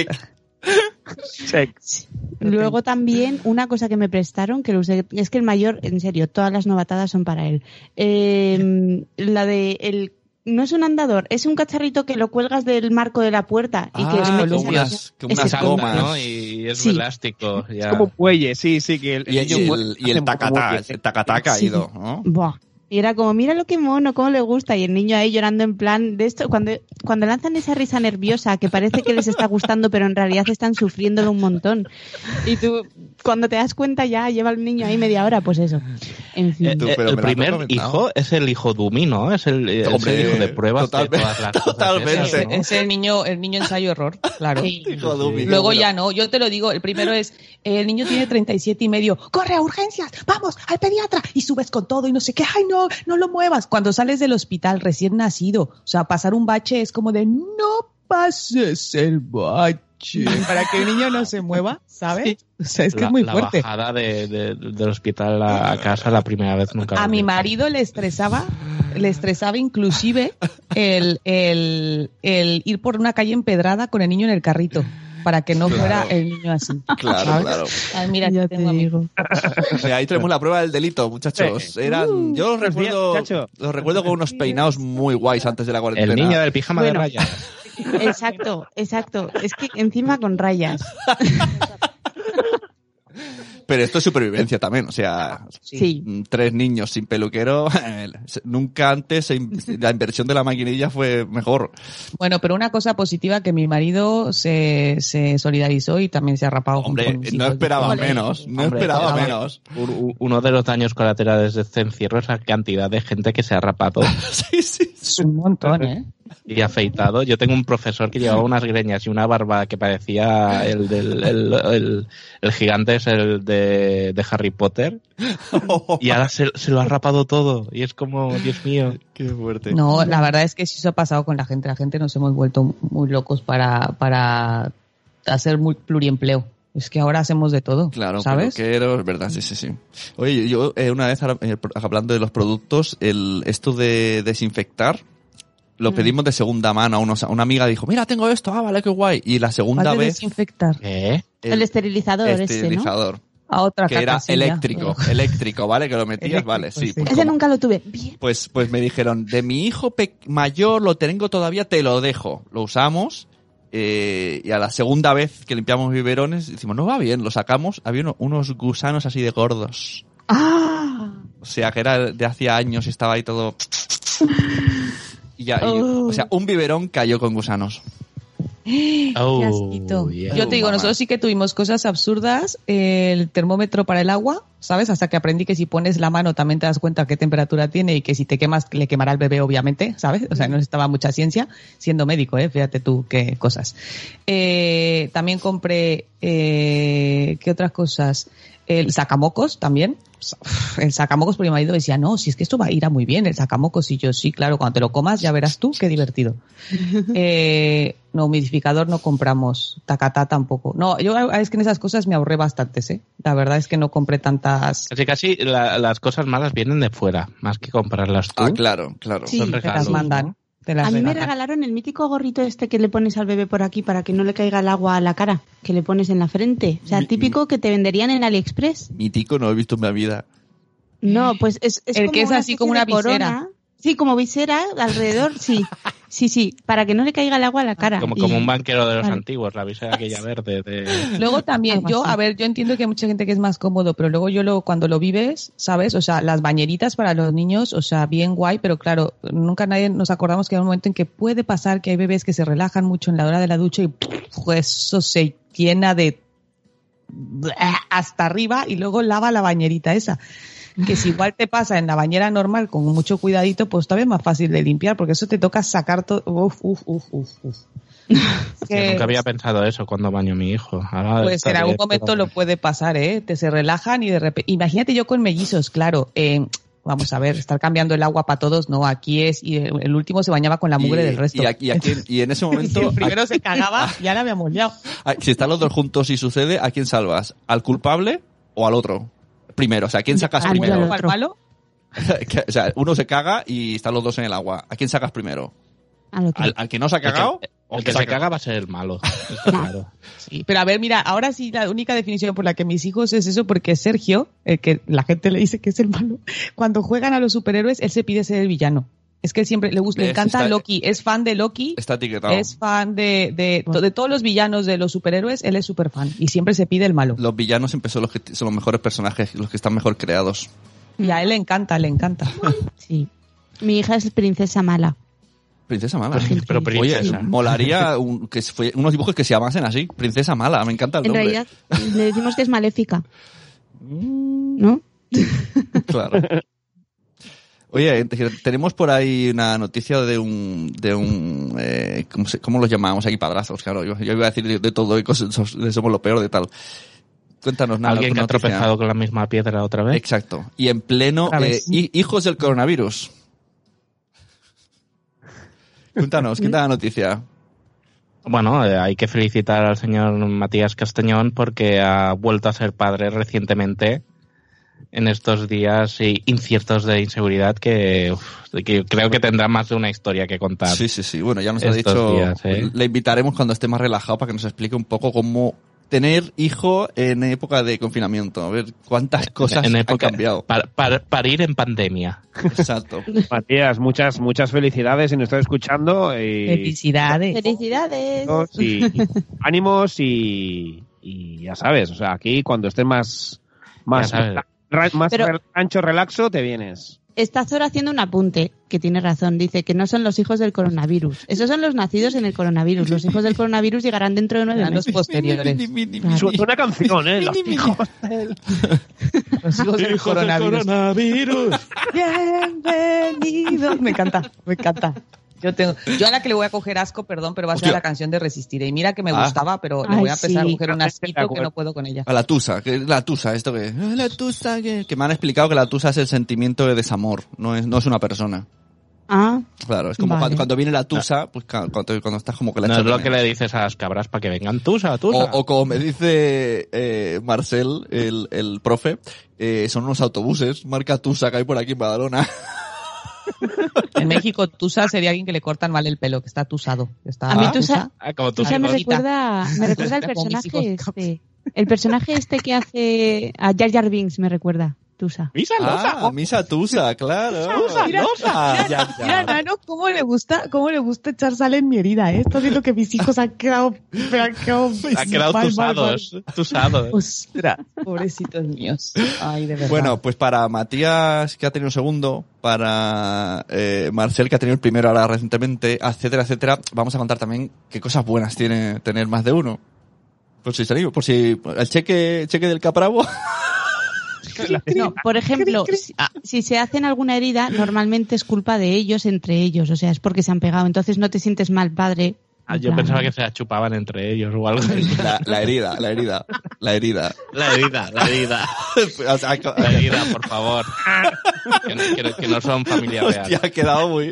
Luego también una cosa que me prestaron, que lo usé, es que el mayor, en serio, todas las novatadas son para él. Eh, la de el no es un andador, es un cacharrito que lo cuelgas del marco de la puerta y que Ah, le metes como en unas, como ese unas Salta, gomas. ¿no? Y es Sí. elástico. Ya. Es como un muelle, sí, sí. Que el, Y, y niño el, muelle, y el hace tacatá, muelle. el tacatá caído, ¿no? Buah. Y era como, mira lo que mono, cómo le gusta. Y el niño ahí llorando en plan de esto. Cuando, cuando lanzan esa risa nerviosa que parece que les está gustando, pero en realidad están sufriéndolo un montón. Y tú, cuando te das cuenta, ya lleva el niño ahí media hora, pues eso. En fin. Eh, Tú, eh, pero el me lo has primer comentado. hijo es el hijo Dumi, ¿no? Es el, es Hombre, el hijo de pruebas totalmente, de todas las cosas totalmente. esas, ¿no? Es el niño, el niño ensayo error, claro. Sí. Hijo de un Luego bueno. ya no, yo te lo digo, el primero es, eh, el niño tiene treinta y siete y medio, corre a urgencias, vamos, al pediatra, y subes con todo y no sé qué, ay no, no lo muevas. Cuando sales del hospital recién nacido, o sea, pasar un bache es como de, no pases el bache, para que el niño no se mueva, ¿sabes? O sea, es que la, es muy la fuerte. bajada de, de- del hospital a, a casa la primera vez nunca. A lo mi vi. marido le estresaba, le estresaba inclusive el, el, el ir por una calle empedrada con el niño en el carrito, para que no Claro. fuera el niño así. Claro, ¿sabes? claro. Ay, mira, Ya aquí te tengo a mi- digo. O sea, ahí tenemos la prueba del delito, muchachos. Eran, yo los recuerdo, muchacho. los recuerdo con unos peinados muy guays antes de la cuarentena. El niño del pijama Bueno. de rayas. Exacto, exacto. Es que encima con rayas. Pero esto es supervivencia también, o sea, Sí. mm, tres niños sin peluquero, nunca antes se in- la inversión de la maquinilla fue mejor. Bueno, pero una cosa positiva que mi marido se, se solidarizó y también se ha rapado. junto Hombre, con mis no hijos. esperaba Ole. menos, no Hombre, esperaba esperaba. menos. Un- un- Uno de los daños colaterales de este encierro es la cantidad de gente que se ha rapado Sí, sí. Es un montón, ¿eh? y afeitado. Yo tengo un profesor que llevaba unas greñas y una barba que parecía el del el, el- el gigante, es el de, de Harry Potter, y ahora se, se lo ha rapado todo. Y es como, Dios mío. Qué fuerte. No, la verdad es que sí eso ha pasado con la gente. La gente nos hemos vuelto muy locos para, para hacer muy pluriempleo. Es que ahora hacemos de todo, Claro, ¿sabes? peluqueros, verdad, sí, sí, sí. Oye, yo eh, una vez, ahora, eh, hablando de los productos, el esto de desinfectar, lo Mm. pedimos de segunda mano a unos, a una amiga dijo, mira, tengo esto, ah, vale, qué guay. Y la segunda Has de vez, desinfectar ¿Qué? El esterilizador ese, ¿no? esterilizador, a otra que era caca, sí, ya. eléctrico, eléctrico, ¿vale? Que lo metías, Eléctrico, vale, sí. sí. Pues, Ese como- nunca lo tuve. Bien. pues, pues me dijeron, de mi hijo pe- mayor lo tengo todavía, te lo dejo. Lo usamos, eh, y a la segunda vez que limpiamos biberones, decimos, no va bien, lo sacamos, había uno- unos gusanos así de gordos. ¡Ah! O sea, que era de hacía años y estaba ahí todo... Y ya, y- Oh. o sea, un biberón cayó con gusanos. Oh, Qué asquito. yeah. Yo te digo, Oh, mamá. nosotros sí que tuvimos cosas absurdas. El termómetro para el agua, ¿sabes? Hasta que aprendí que si pones la mano también te das cuenta qué temperatura tiene y que si te quemas le quemará al bebé, obviamente, ¿sabes? O sea, no estaba mucha ciencia siendo médico, ¿eh? Fíjate tú qué cosas. Eh, también compré, eh, ¿qué otras cosas? El sacamocos también. El sacamocos, porque mi marido decía, no, si es que esto va a ir a muy bien, el sacamocos. Y yo, sí, claro, cuando te lo comas ya verás tú, qué divertido. Eh, no, humidificador no compramos, tacatá tampoco. No, yo es que en esas cosas me ahorré bastantes, ¿eh? La verdad es que no compré tantas... Casi casi la- las cosas malas vienen de fuera, más que comprarlas tú. Ah, claro, claro. Sí, Son Te las regalos, mandan. ¿no? Te las A mí me regalan. regalaron el mítico gorrito este que le pones al bebé por aquí para que no le caiga el agua a la cara, que le pones en la frente. O sea, Mi- típico que te venderían en AliExpress. Mi tico no lo he visto en mi vida. No, pues es, es El que es una así especie como de una visera. corona. Sí, como visera alrededor, sí. Sí, sí, para que no le caiga el agua a la cara. Como, Y- como un banquero de los Vale. antiguos, la visera aquella verde. De... Luego también, Algo yo, así. a ver, yo entiendo que hay mucha gente que es más cómodo, pero luego yo lo, cuando lo vives, ¿sabes? O sea, las bañeritas para los niños, o sea, bien guay, pero claro, nunca nadie nos acordamos que hay un momento en que puede pasar que hay bebés que se relajan mucho en la hora de la ducha y pues eso se llena de hasta arriba y luego lava la bañerita esa. Que si igual te pasa en la bañera normal con mucho cuidadito, pues todavía es más fácil de limpiar, porque eso te toca sacar todo. Uf, uf, uf, uf, uf. Que nunca había pensado eso cuando baño a mi hijo. Ahora Pues está en algún bien, momento pero- lo puede pasar, ¿eh? Te se relajan y de repente... Imagínate yo con mellizos, claro. Eh, vamos a ver, estar cambiando el agua para todos, no, aquí es... Y el, el último se bañaba con la mugre y, del resto. Y, aquí- y aquí- y en ese Si momento, el primero se cagaba, ya la habíamos liado. a- si están los dos juntos y sucede, ¿a quién salvas? ¿Al culpable o al otro? Primero, o sea, ¿a quién sacas Al primero? malo. ¿Al otro. malo? Que- o sea, uno se caga y están los dos en el agua. ¿A quién sacas primero? al otro. ¿Al, al que no se ha El que- cagado? El que se caga va a ser el malo. Está claro. Sí, pero a ver, mira, ahora sí la única definición por la que mis hijos es eso, porque Sergio, el que la gente le dice que es el malo, cuando juegan a los superhéroes, él se pide ser el villano. Es que siempre le gusta, le Es- encanta está- Loki. Es fan de Loki. Está etiquetado. Es fan de, de, to- de todos los villanos de los superhéroes. Él es súper fan. Y siempre se pide el malo. Los villanos siempre son los que son los mejores personajes, los que están mejor creados. Y a él le encanta, le encanta. Sí. Mi hija es princesa mala. Princesa mala. Pero Oye, princesa. molaría un- que fue, unos dibujos que se llamasen así. Princesa mala, me encanta el En nombre. realidad le decimos que es maléfica. ¿No? Claro. Oye, te- tenemos por ahí una noticia de un, de un, eh, ¿cómo, se- cómo los llamamos aquí? Padrazos, claro. Yo, yo iba a decir de, de todo y cosas, de somos lo peor de tal. Cuéntanos nada. Alguien que ha alguna noticia. tropezado con la misma piedra otra vez. Exacto. Y en pleno, Otra eh, vez. hi- hijos del coronavirus. Cuéntanos, ¿quién da la noticia? Bueno, eh, hay que felicitar al señor Matías Castañón porque ha vuelto a ser padre recientemente en estos días eh, inciertos de inseguridad que, uf, que creo que tendrá más de una historia que contar. Sí, sí, sí. Bueno, ya nos ha Estos dicho. días, ¿eh? Le invitaremos cuando esté más relajado para que nos explique un poco cómo tener hijo en época de confinamiento. A ver cuántas cosas en han época, cambiado. Para, para, para ir en pandemia. Exacto. Matías, muchas, muchas felicidades si nos estás escuchando. Y, Felicidades. ¡Felicidades! y ánimos y, y ya sabes, o sea, aquí cuando estés más, más, Ya sabes. ra- más Pero- re- ancho, relaxo, te vienes. Está Zora haciendo un apunte, que tiene razón. Dice que no son los hijos del coronavirus. Esos son los nacidos en el coronavirus. Los hijos del coronavirus llegarán dentro de nueve Eran los meses. posteriores. Claro. Suelta una canción, ¿eh? Los hijos. Los hijos del coronavirus. coronavirus. Bienvenidos. Me encanta, me encanta. Yo tengo, yo a la que le voy a coger asco, perdón, pero va a ser Hostia. la canción de Resistiré. Y mira que me Ah. gustaba, pero le Ay, voy a empezar sí. a coger un De asquito que acuerdo. no puedo con ella. A la tusa, que es la tusa, esto que ah, la tusa que, que me han explicado que la tusa es el sentimiento de desamor, no es, no es una persona. Ah, Claro, es como Vale. cuando, cuando viene la tusa, pues ca- cuando, cuando estás como que la No echas es de lo que menos. le dices a las cabras para que vengan tusa, tusa. O, o como me dice eh, Marcel, el, el profe, eh, son unos autobuses, marca Tusa que hay por aquí en Badalona. En México, Tusa sería alguien que le cortan mal el pelo, que está tusado. que Está A mí Ah. Tusa- Ah, como tú Tusa me Cosita. recuerda, me recuerda al Como mis personaje hijos. este. El personaje este que hace a Jar Jar Binks me recuerda. Tusa. Misa, Ah, misa Tusa, claro. Mira, Ah, ya, ya. Mira, Nano, cómo le gusta, cómo le gusta echar sal en mi herida, ¿eh? Esto es lo que mis hijos han quedado, me han quedado, Han quedado mal, mal, mal. tusados. Tusados. Ostras, pobrecitos míos. Ay, de verdad. Bueno, pues para Matías, que ha tenido un segundo, para eh, Marcel, que ha tenido el primero ahora recientemente, etcétera, etcétera, vamos a contar también qué cosas buenas tiene tener más de uno. Por si salimos, por si el cheque, cheque del Capravo. No, por ejemplo, si, ah, si se hacen alguna herida, normalmente es culpa de ellos entre ellos, o sea, es porque se han pegado, entonces no te sientes mal, padre. Ah, En yo plan, pensaba que se la chupaban entre ellos o algo. La, la herida, la herida, la herida. La herida, la herida. O sea, co- La herida, por favor. Que, no- que no- que no son familia real. hostia, ha quedado muy...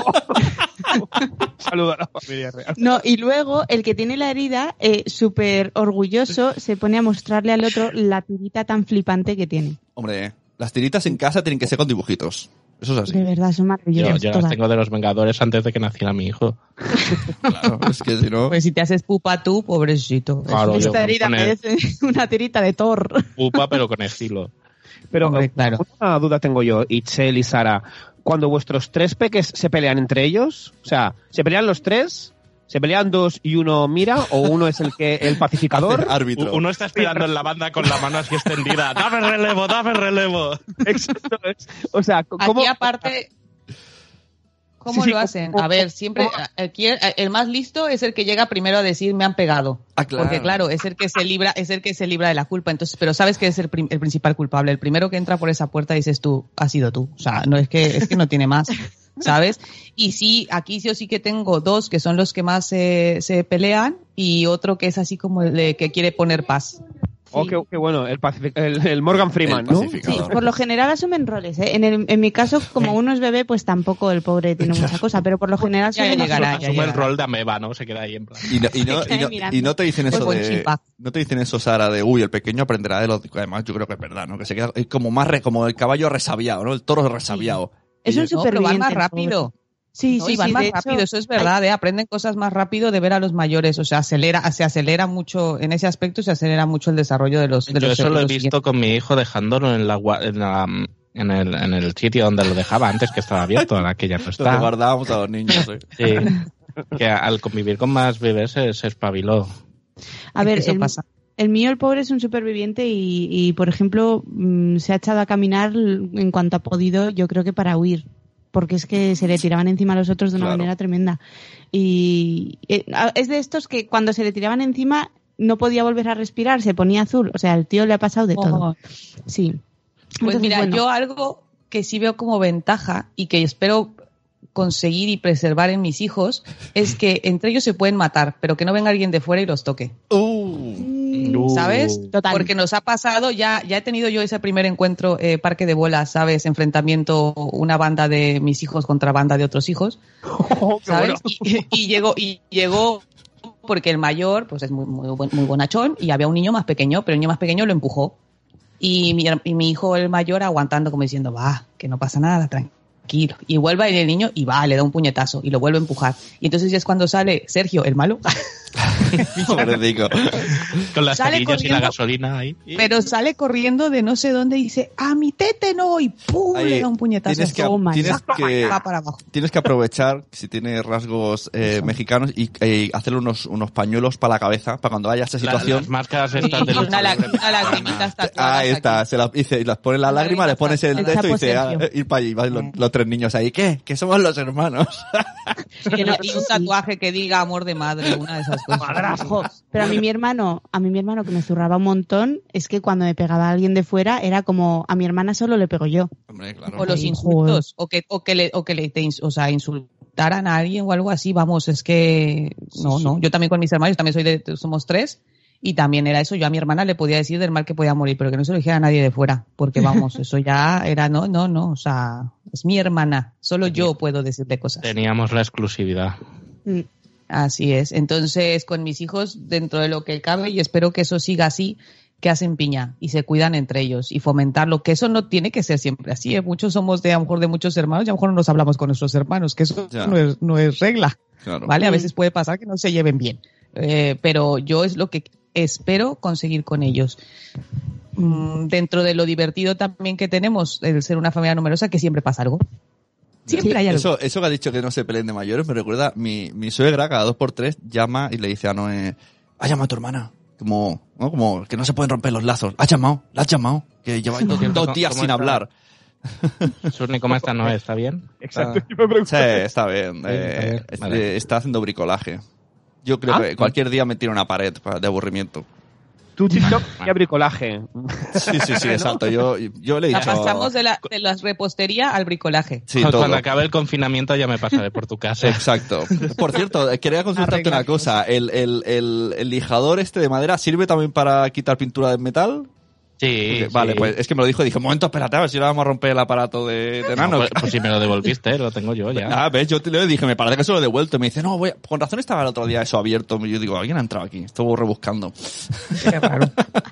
Saludo a la familia real. No, y luego el que tiene la herida, eh, súper orgulloso, se pone a mostrarle al otro la tirita tan flipante que tiene. Hombre, las tiritas en casa tienen que ser con dibujitos. Eso es así. De verdad, son Yo, maravillosas yo las todas. tengo de los Vengadores antes de que naciera mi hijo. Claro, es que si no... Pues si te haces pupa tú, pobrecito. Claro, yo Esta herida con el- parece una tirita de Thor. Pupa, pero con estilo. Pero Hombre, claro. una duda tengo yo, Itzel y Sara. Cuando vuestros tres peques se pelean entre ellos, o sea, ¿se pelean los tres? ¿Se pelean dos y uno mira? ¿O uno es el que el pacificador? Árbitro. Uno está esperando en la banda con la mano así extendida. ¡Dame relevo, dame relevo! Exacto. O sea, ¿cómo? Aquí aparte, ¿cómo Sí, sí, lo hacen? ¿cómo- A ver, siempre, cómo- aquí el, el más listo es el que llega primero a decir me han pegado. Ah, claro. Porque claro, es el que se libra, es el que se libra de la culpa. Entonces, pero sabes que es el, prim- el principal culpable. El primero que entra por esa puerta dices tú, has sido tú. O sea, no es que, es que no tiene más. ¿Sabes? Y sí, aquí yo sí que tengo dos que son los que más se, se pelean y otro que es así como el de que quiere poner paz. Oh, qué, qué bueno, el, pacific- el, el Morgan Freeman, El ¿no? Sí, pacificador. por lo general asumen roles. ¿eh? En, el- en mi caso, como uno es bebé, pues tampoco el pobre tiene mucha cosa, pero por lo general Ya suelen llegará, asumir- ya Asume el llegará. rol de ameba, ¿no? Se queda ahí en plan. Y no, y, no, Se y, no, queda mirando. y no te dicen eso Pues buen de... chimpac. No te dicen eso, Sara, de uy, el pequeño aprenderá de los... Además, yo creo que es verdad, ¿no? Que se queda es como más re- como el caballo resabiado, ¿no? El toro resabiado. Es un Y- No, pero van superviviente. más el rápido. pobre. Sí, No, sí, y van sí, más de hecho, rápido, eso es verdad, ¿eh? Aprenden cosas más rápido de ver a los mayores, o sea, acelera, se acelera mucho, en ese aspecto se acelera mucho el desarrollo de los, de Yo los eso lo he los visto con mi hijo dejándolo en la, gua- en la, en el, en el sitio donde lo dejaba antes, que estaba abierto, ahora que ya no Donde está. guardábamos a los niños. ¿eh? Sí, que al convivir con más bebés se, se espabiló. A ver, Eso el, pasa. el mío, el pobre, es un superviviente y, y, por ejemplo, mmm, se ha echado a caminar en cuanto ha podido, yo creo que para huir. Porque es que se le tiraban encima a los otros de una Claro. manera tremenda. Y eh, es de estos que cuando se le tiraban encima no podía volver a respirar, se ponía azul. O sea, al tío le ha pasado de todo. Oh. Sí. Pues Entonces, mira, bueno, yo algo que sí veo como ventaja y que espero conseguir y preservar en mis hijos es que entre ellos se pueden matar, pero que no venga alguien de fuera y los toque. Uh, Uh. ¿Sabes? Total. Porque nos ha pasado, ya, ya he tenido yo ese primer encuentro, eh, parque de bolas, ¿sabes? Enfrentamiento, una banda de mis hijos contra banda de otros hijos, ¿sabes? Y, y llegó, y llegó porque el mayor, pues es muy, muy, buen- muy bonachón, y había un niño más pequeño, pero el niño más pequeño lo empujó. Y mi, y mi hijo, el mayor, aguantando como diciendo, va, que no pasa nada, tranquilo. Y vuelve a ir el niño y va, le da un puñetazo y lo vuelve a empujar. Y entonces ya es cuando sale Sergio, el malo, Pobrecito. Con las Sale cerillas y la corriendo. gasolina ahí. pero sale corriendo de no sé dónde y dice, a mi tete no, y ¡pum! Ahí, le da un puñetazo. tienes que, Toma tienes Va que, para abajo. tienes que aprovechar si tiene rasgos eh, mexicanos y eh, hacerle unos, unos pañuelos para la cabeza para cuando haya esa La- situación. las máscaras Y estas de una, lucha lag- libre. una lagrimita tatuada Ahí está, aquí. se las, dice, y las pone la Una lágrima, le lágrima pones el el de esto y chapo dice, ah, Sergio. ir para allí, van los, los tres niños ahí, ¿qué? Que somos los hermanos. Y una- y un tatuaje que diga amor de madre, una de esas cosas. Jo, pero a mí mi hermano, a mí mi hermano que me zurraba un montón, es que cuando me pegaba a alguien de fuera era como a mi hermana solo le pego yo. Hombre, claro. O los Ay, insultos, o que, o que le, o que le, te ins- o sea, insultaran a alguien o algo así, vamos, es que, no, no, yo también con mis hermanos, también soy de, somos tres, y también era eso, yo a mi hermana le podía decir del mal que podía morir, pero que no se lo dijera a nadie de fuera, porque vamos, eso ya era, no, no, no, o sea, es mi hermana, solo yo puedo decirle cosas. Teníamos la exclusividad. Mm. Así es. Entonces, con mis hijos, dentro de lo que cabe, y espero que eso siga así, que hacen piña y se cuidan entre ellos y fomentarlo, que eso no tiene que ser siempre así. ¿eh? Muchos somos de, a lo mejor, de muchos hermanos y a lo mejor no nos hablamos con nuestros hermanos, que eso Ya. no es, no es regla, Claro. ¿vale? A Mm. veces puede pasar que no se lleven bien. Eh, pero yo es lo que espero conseguir con ellos. Mm, dentro de lo divertido también que tenemos, el ser una familia numerosa, que siempre pasa algo. Siempre hay algo. Eso, eso que ha dicho que no se peleen de mayores me recuerda, mi, mi suegra cada dos por tres llama y le dice a Noé, ha llamado a tu hermana. Como, ¿no? Como que no se pueden romper los lazos. ¿Has llamado? ¿La has llamado? Que lleva dos, dos días ¿Cómo sin está? hablar. Surni, ¿cómo está Noé? ¿Está bien? Exacto. Está- yo me pregunto. Sí, está bien. Sí, eh, está bien. es- Vale. eh, está haciendo bricolaje. Yo creo Ah. que cualquier día me tira una pared pa- de aburrimiento. Tu TikTok y a bricolaje. Sí, sí, sí, exacto. Yo, yo le he La dicho... pasamos de la, de la repostería al bricolaje. Sí, Cuando todo. acabe el confinamiento ya me pasaré por tu casa. Exacto. Por cierto, eh, quería consultarte Arreglar una cosa. ¿El, el, el, el lijador este de madera sirve también para quitar pintura de metal? Sí, Porque- sí. Vale, pues es que me lo dijo y dije, un momento, espérate, a ver si ahora vamos a romper el aparato de, de No, Nano. pues, pues si me lo devolviste, lo tengo yo ya. Ah, ves, yo te le dije, me parece que se lo he devuelto. Y me dice, no, voy a- con razón estaba el otro día eso abierto. Y yo digo, alguien ha entrado aquí. Estuvo rebuscando. Qué raro.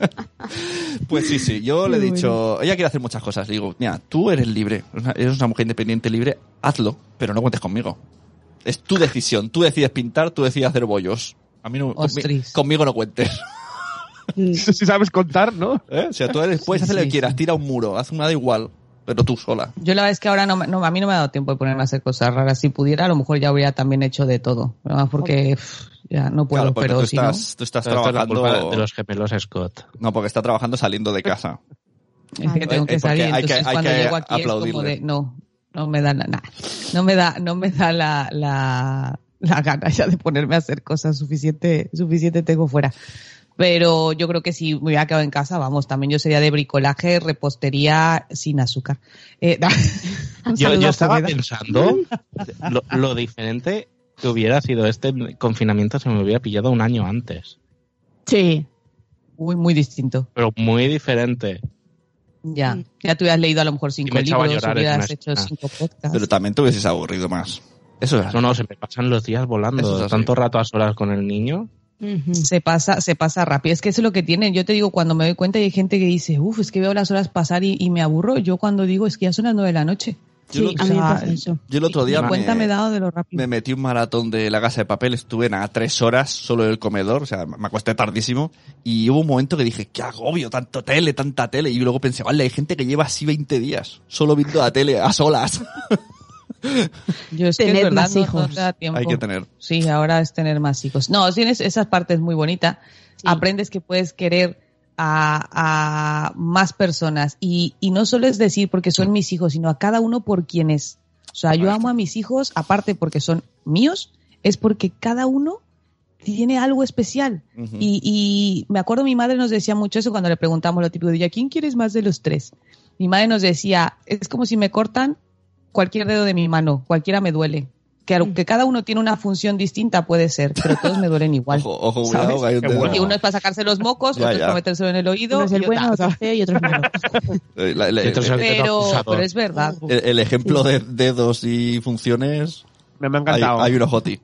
Pues sí, sí, yo le he dicho, ella quiere hacer muchas cosas. Le digo, mira, tú eres libre, eres una- eres una mujer independiente libre, hazlo, pero no cuentes conmigo. Es tu decisión, tú decides pintar, tú decides hacer bollos. A mí no, conmi- Ostras. conmigo no cuentes. Mm. Si sabes contar, ¿no? ¿Eh? O sea, tú eres, puedes Sí, hacer lo sí, que quieras, sí. tira un muro, haz una da igual, pero tú sola. Yo la verdad es que ahora no, me- no, a mí no me ha dado tiempo de ponerme a hacer cosas raras. Si pudiera, a lo mejor ya habría también hecho de todo. Pero más porque pff, ya no puedo, Claro, porque pero tú si estás, tú estás Pero esto es la trabajando... culpa de los gemelos Scott. No, porque está trabajando saliendo de casa. no, es que tengo Eh, que porque salir. hay que- Entonces hay cuando que llego aquí es como aplaudirle. de, no, no me da nada. No me da, no me da la, la, la gana ya de ponerme a hacer cosas suficiente, suficiente tengo fuera. Pero yo creo que si me hubiera quedado en casa, vamos, también yo sería de bricolaje, repostería sin azúcar. Eh, un Yo, saludo yo a estaba Poveda. pensando lo, lo diferente que hubiera sido este confinamiento si me hubiera pillado un año antes. Sí. Muy, muy distinto. Pero muy diferente. Ya, Mm. ya tú hubieras leído a lo mejor cinco me echaba a libros, llorar en hubieras una hecho esquina. cinco podcasts. Pero también te hubieses aburrido más. Eso es así. No, no, se me pasan los días Eso volando. es así. Tanto rato a solas con el niño. Ujú. Se pasa, se pasa rápido. Es que eso es lo que tienen. Yo te digo, cuando me doy cuenta y hay gente que dice, uff, es que veo las horas pasar y, y me aburro. Yo cuando digo, es que ya son las nueve de la noche. Yo Sí, lo- a mí me o sea, pasa eso. Yo el otro día Ni cuenta me he dado de lo rápido. me metí un maratón de La Casa de Papel, estuve nada, tres horas solo en el comedor, o sea, me acosté tardísimo, y hubo un momento que dije, qué agobio, tanto tele, tanta tele, y luego pensé, vale, hay gente que lleva así veinte días, solo viendo la tele a solas. Yo es que Tened es verdad, más no- hijos. no te da tiempo. Hay que tener. Sí, ahora es tener más hijos. No, tienes esa parte es muy bonita. Sí. Aprendes que puedes querer a, a más personas y, y no solo es decir porque son mis hijos, sino a cada uno por quien es. O sea, yo amo a mis hijos, aparte porque son míos, es porque cada uno tiene algo especial. Ujú. Y, y me acuerdo mi madre nos decía mucho eso cuando le preguntamos lo típico de, ¿a quién quieres más de los tres? Mi madre nos decía, es como si me cortan cualquier dedo de mi mano, cualquiera me duele. Que aunque cada uno tiene una función distinta, puede ser, pero todos me duelen igual. Ojo, ojo, ¿sabes? cuidado, que hay un Qué dedo. bueno. Y uno es para sacarse los mocos, Ya, otro es ya. para metérselo en el oído. Uno es el y bueno, otra. otro es feo y otro es malo. Eh, la- la- Y otros el, el dedo Pero, acusador. pero es verdad. el- el ejemplo de dedos y funciones, Me, me ha hay, encantado. hay uno Joti.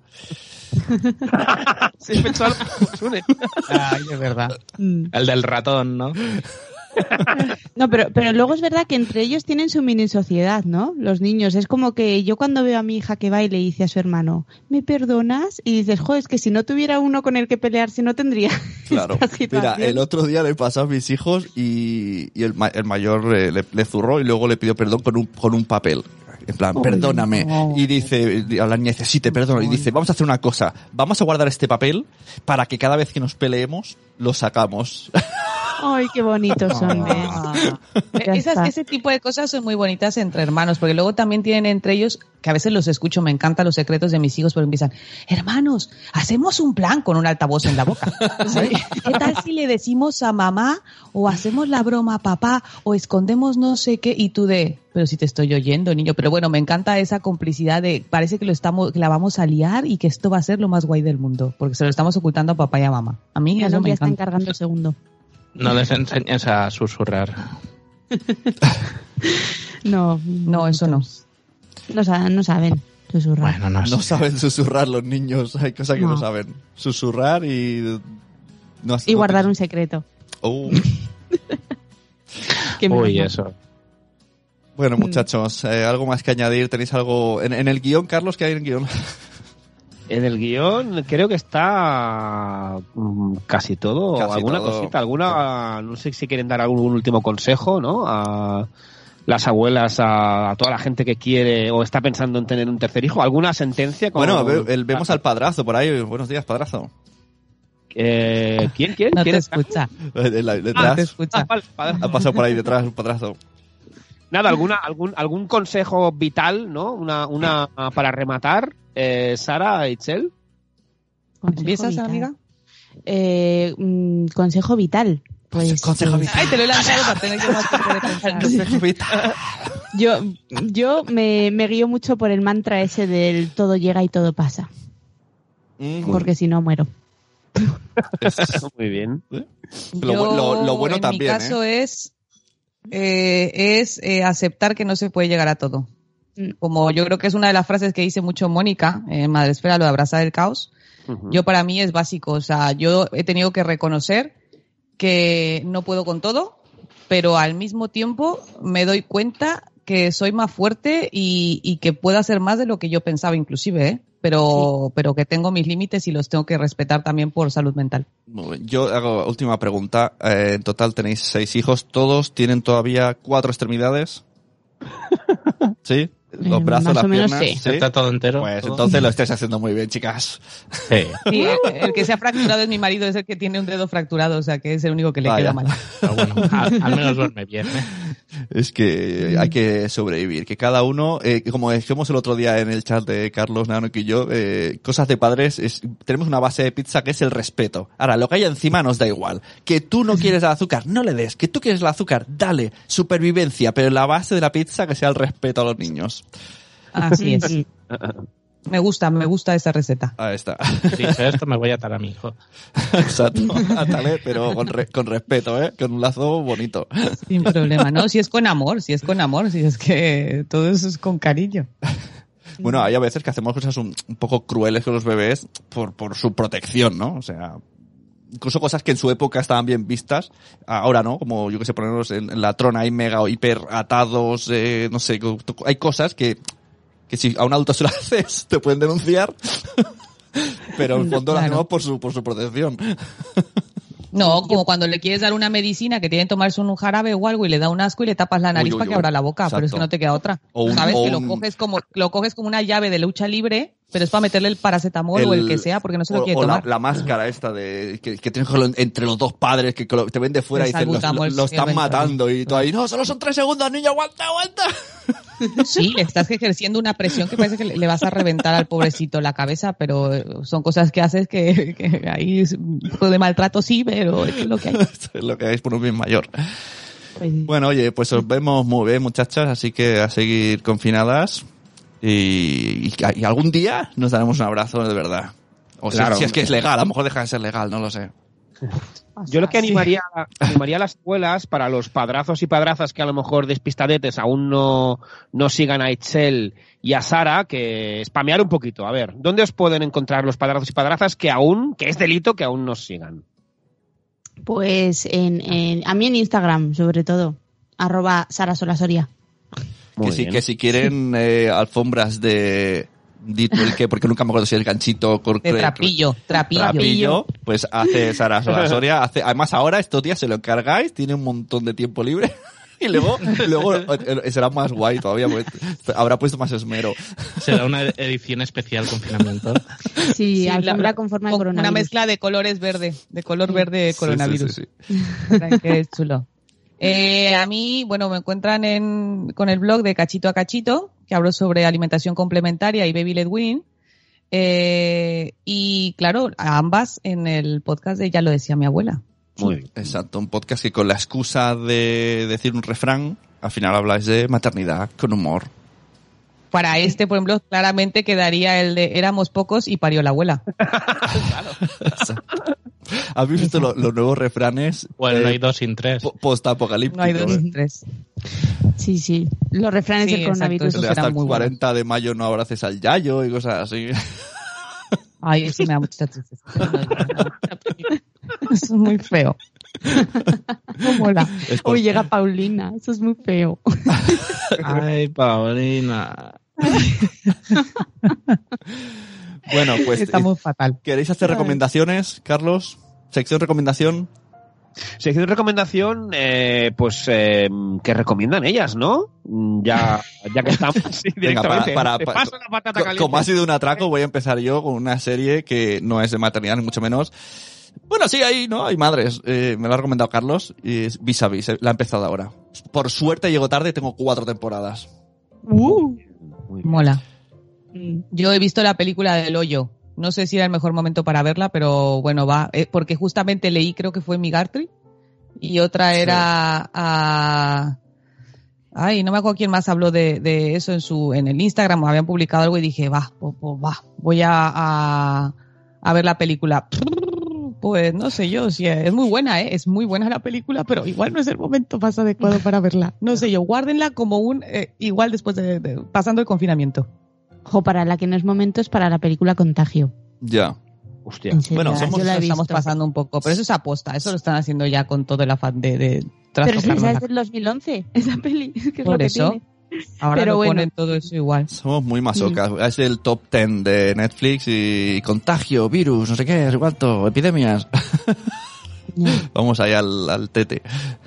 Sí, he pensado algo como Sune. Ay, de verdad. Mm. El del ratón, ¿no? No, pero, pero luego es verdad que entre ellos tienen su mini sociedad, ¿no? Los niños. Es como que yo cuando veo a mi hija que va y le dice a su hermano, ¿me perdonas? Y dices, jo, es que si no tuviera uno con el que pelearse no tendría Claro. esta Mira, situación. el otro día le pasó a mis hijos y, y el, ma- el mayor eh, le, le zurró y luego le pidió perdón con un, con un papel. En plan, perdóname. no. Y dice, a la niña dice, sí, te perdono. Y dice, vamos a hacer una cosa. Vamos a guardar este papel para que cada vez que nos peleemos, lo sacamos. Ay, qué bonitos son, ¿ves? Ah. Ya Esas- está. ese tipo de cosas son muy bonitas entre hermanos, porque luego también tienen entre ellos, que a veces los escucho, me encantan los secretos de mis hijos, pero empiezan, hermanos, hacemos un plan con un altavoz en la boca. ¿Sabes? ¿Qué tal si le decimos a mamá o hacemos la broma a papá o escondemos no sé qué? Y tú de, pero si te estoy oyendo, niño. Pero bueno, me encanta esa complicidad de, parece que lo estamos, que la vamos a liar y que esto va a ser lo más guay del mundo, porque se lo estamos ocultando a papá y a mamá. A mí Ya eso no, me ya está encanta. encargando el segundo. No les enseñes a susurrar. No, No, eso no. No, sa- no saben susurrar. Bueno, no sé. No saben susurrar los niños. Hay cosas que no, No. saben. Susurrar y... No, Y guardar un secreto. Oh. Que menos Uy, mal. eso. Bueno, muchachos, eh, ¿algo más que añadir? ¿Tenéis algo en, en el guión, Carlos? ¿Qué hay en el guión? En el guión creo que está mm, casi todo, Casi alguna todo. cosita, alguna, no sé si quieren dar algún último consejo, ¿no? A las abuelas, a, a toda la gente que quiere o está pensando en tener un tercer hijo, alguna sentencia. Como, Bueno, ve- el- vemos al padrazo por ahí. Buenos días, padrazo. Eh, ¿Quién, quién? No ¿Quién te está? escucha. Eh, de la- No te Detrás. escucha. Ah, vale, padre. Ha pasado por ahí detrás un padrazo. Nada, alguna, algún, algún consejo vital, ¿no? Una, una para rematar, eh, Sara, Itzel. Consejo ¿Empiezas, vital. amiga? Eh, mm, consejo vital. Pues, Consejo eh, vital. Ay, te lo he lanzado para tener yo más tiempo de pensar. Consejo vital. Yo, yo me, me guío mucho por el mantra ese del todo llega y todo pasa. Mm, Porque si no muero. Muy bien. Lo, Yo, lo- lo bueno en también, mi caso ¿eh? es, eh, es eh, aceptar que no se puede llegar a todo. Mm. Como yo creo que es una de las frases que dice mucho Mónica en Madresfera, lo de abrazar el caos. Ujú. Yo para mí es básico. O sea, yo he tenido que reconocer que no puedo con todo, pero al mismo tiempo me doy cuenta que soy más fuerte y, y que puedo hacer más de lo que yo pensaba inclusive, ¿eh? Pero, pero que tengo mis límites y los tengo que respetar también por salud mental. Muy bien. Yo hago última pregunta. Eh, en total tenéis seis hijos. ¿Todos tienen todavía cuatro extremidades? ¿Sí? Los Eh, brazos, más las o menos piernas. sí. Está todo entero. Pues todo. entonces lo estáis haciendo muy bien, chicas. Sí. Sí, el, el que se ha fracturado es mi marido, es el que tiene un dedo fracturado, o sea que es el único que le Vaya. queda mal. Pero bueno, al, al menos duerme bien, ¿eh? Es que hay que sobrevivir. Que cada uno, eh, como dijimos el otro día en el chat de Carlos, Nano y yo, eh, cosas de padres, es, tenemos una base de pizza que es el respeto. Ahora, lo que hay encima nos da igual. Que tú no quieres el azúcar, no le des. Que tú quieres el azúcar, dale. Supervivencia. Pero la base de la pizza que sea el respeto a los niños. Así es. Mm. Me gusta, me gusta esa receta. Ahí está. Dicho esto, me voy a atar a mi hijo. Exacto. Átale, pero con, re- con respeto, ¿eh? Con un lazo bonito. Sin problema, ¿no? Si es con amor, si es con amor, si es que todo eso es con cariño. Bueno, hay a veces que hacemos cosas un, un poco crueles con los bebés por, por su protección, ¿no? O sea, incluso cosas que en su época estaban bien vistas, ahora no, como yo que sé, ponernos en, en la trona ahí mega o hiper atados, eh, no sé, hay cosas que, que si a un adulto se lo haces, te pueden denunciar, pero en el fondo Claro. lo hacemos por su, por su protección. No, como cuando le quieres dar una medicina que tiene que tomarse un jarabe o algo y le da un asco y le tapas la nariz Uy, uy, para que uy. abra la boca, pero es Exacto. que no te queda otra. O un- Sabes o que lo un- coges como lo coges como una llave de lucha libre, pero es para meterle el paracetamol o el que sea porque no se lo o- quiere o la, tomar. la máscara esta de que, que tienes que cogerlo entre los dos padres que, que lo- te ven de fuera y El dicen, lo, lo- salbutamol, lo sí, están el matando y tú ahí, no, solo son tres segundos, niño, aguanta, aguanta. Sí, le estás ejerciendo una presión que parece que le le vas a reventar al pobrecito la cabeza, pero eh, son cosas que haces que, que ahí es un poco de maltrato sí, pero es lo que hay. Esto es lo que hagáis por un bien mayor. Pues sí. Bueno, oye, pues os vemos muy bien, muchachas, así que a seguir confinadas y, y, y algún día nos daremos un abrazo de verdad. O sea, Claro. si es que es legal, a lo mejor deja de ser legal, no lo sé. Yo lo que animaría, animaría a las escuelas para los padrazos y padrazas que a lo mejor despistadetes aún no, no sigan a Itzel y a Sara, que spamear un poquito. A ver, ¿dónde os pueden encontrar los padrazos y padrazas que aún, que es delito que aún nos sigan? Pues en, en- a mí en Instagram, sobre todo, arroba Sara Solasoria. Muy Que si, bien. que si quieren eh, alfombras de... Dito el que, porque nunca me acuerdo si el ganchito... Cor, De trapillo, trapillo. Trapillo, pues hace Sara Solasoria, hace, además ahora estos días se lo encargáis, tiene un montón de tiempo libre y luego, luego eh, será más guay todavía, porque habrá puesto más esmero. Será una edición especial confinamiento. Sí, Sí, alfombra la- con forma de con coronavirus. una mezcla de colores verde, de color verde Sí, coronavirus. sí, sí, sí. Qué chulo. Eh, a mí, bueno, me encuentran en, con el blog de Cachito a Cachito, que hablo sobre alimentación complementaria y baby led weaning. Eh, y claro, a ambas en el podcast de Ya lo decía mi abuela. Muy bien. Exacto, un podcast que con la excusa de decir un refrán, al final habláis de maternidad con humor. Para este, por ejemplo, claramente quedaría el de éramos pocos y parió la abuela. ¿Has visto lo- los nuevos refranes Bueno, no eh, hay dos sin tres. po- post-apocalípticos? No hay dos eh? ni tres. Sí, sí. Los refranes Sí, del coronavirus. exacto, El de esos hasta eran el muy buenos. cuarenta de mayo no abraces al yayo y cosas así. Ay, eso me da mucha tristeza. Eso es muy feo. No mola. Es por- Hoy llega Paulina, eso es muy feo. Ay, Paulina. Bueno, pues Estamos fatal. ¿queréis hacer recomendaciones, Carlos? Sección recomendación. Sección de recomendación, eh, pues, eh, que recomiendan ellas, ¿no? Mm, Ya, ya que estamos. Sí, Venga, para- directamente. para- Te para- paso la patata Co- caliente. Como ha sido un atraco, voy a empezar yo con una serie que no es de maternidad, ni mucho menos. Bueno, sí, hay, ¿no? Hay madres. Eh, me lo ha recomendado Carlos y es Vis a Vis. eh, La he empezado ahora. Por suerte llego tarde y tengo cuatro temporadas. Uh. Muy bien. Mola. Mm. Yo he visto la película del hoyo. No sé si era el mejor momento para verla, pero bueno, va. Eh, porque justamente leí, creo que fue Migartri. Y otra era a... Ay, no me acuerdo quién más habló de, de eso en su en el Instagram. Habían publicado algo y dije, va, pues, pues, va, voy a, a, a ver la película. Pues no sé yo, si es muy buena, ¿eh? Es muy buena la película, pero igual no es el momento más adecuado para verla. No sé yo, guárdenla como un... Eh, igual después de, de... pasando el confinamiento. Ojo, para la que no es momento es para la película Contagio. Ya. Hostia. En serio, Bueno, yo somos- la he Lo estamos visto. pasando un poco, pero eso es aposta, eso lo están haciendo ya con todo el afán de, de Pero si trastocarnos esa la- es del dos mil once, esa peli. Que es Por lo que eso. tiene. Ahora pero lo bueno. ponen todo eso igual. Somos muy masocas. Es el top ten de Netflix y contagio, virus, no sé qué, no sé cuánto, epidemias. Vamos ahí al, al tete.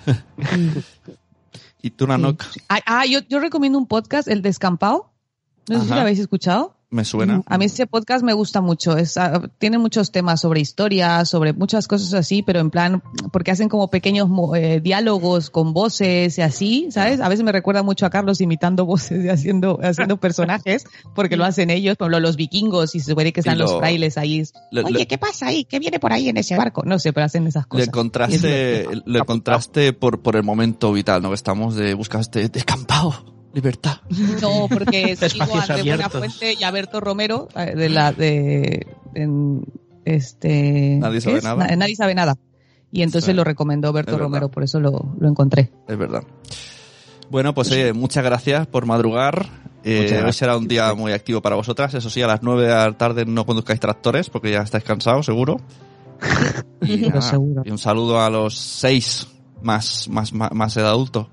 ¿Y tú, Nanok? Ah, ah, yo, yo recomiendo un podcast, El Descampado. No sé si Ajá. lo habéis escuchado. Me suena. A mí ese podcast me gusta mucho. Es, ah, tiene muchos temas sobre historia, sobre muchas cosas así, pero en plan, porque hacen como pequeños mo- eh, diálogos con voces y así, ¿sabes? A veces me recuerda mucho a Carlos imitando voces y haciendo, haciendo personajes, porque lo hacen ellos, por ejemplo, los vikingos y se puede que están Y lo- los frailes ahí. lo- Oye, lo- ¿qué pasa ahí? ¿Qué viene por ahí en ese barco? No sé, pero hacen esas Le cosas. encontraste, le encontraste por, por el momento vital, ¿no? Que estamos de, buscaste descampado, libertad. No, porque sigo Espacios a André abiertos. Buenafuente y a Berto Romero eh, de la de en, este Nadie ¿qué sabe es? nada. Na- Nadie sabe nada. Y entonces Sí. lo recomendó Berto Es verdad. Romero, por eso lo, lo encontré. Es verdad. Bueno, pues oye, muchas gracias por madrugar. Eh, Muchas hoy gracias. será un día muy activo para vosotras. Eso sí, a las nueve de la tarde no conduzcáis tractores porque ya estáis cansados, seguro. Y, Pero nada, seguro. y un saludo a los seis más, más, más, más de adulto.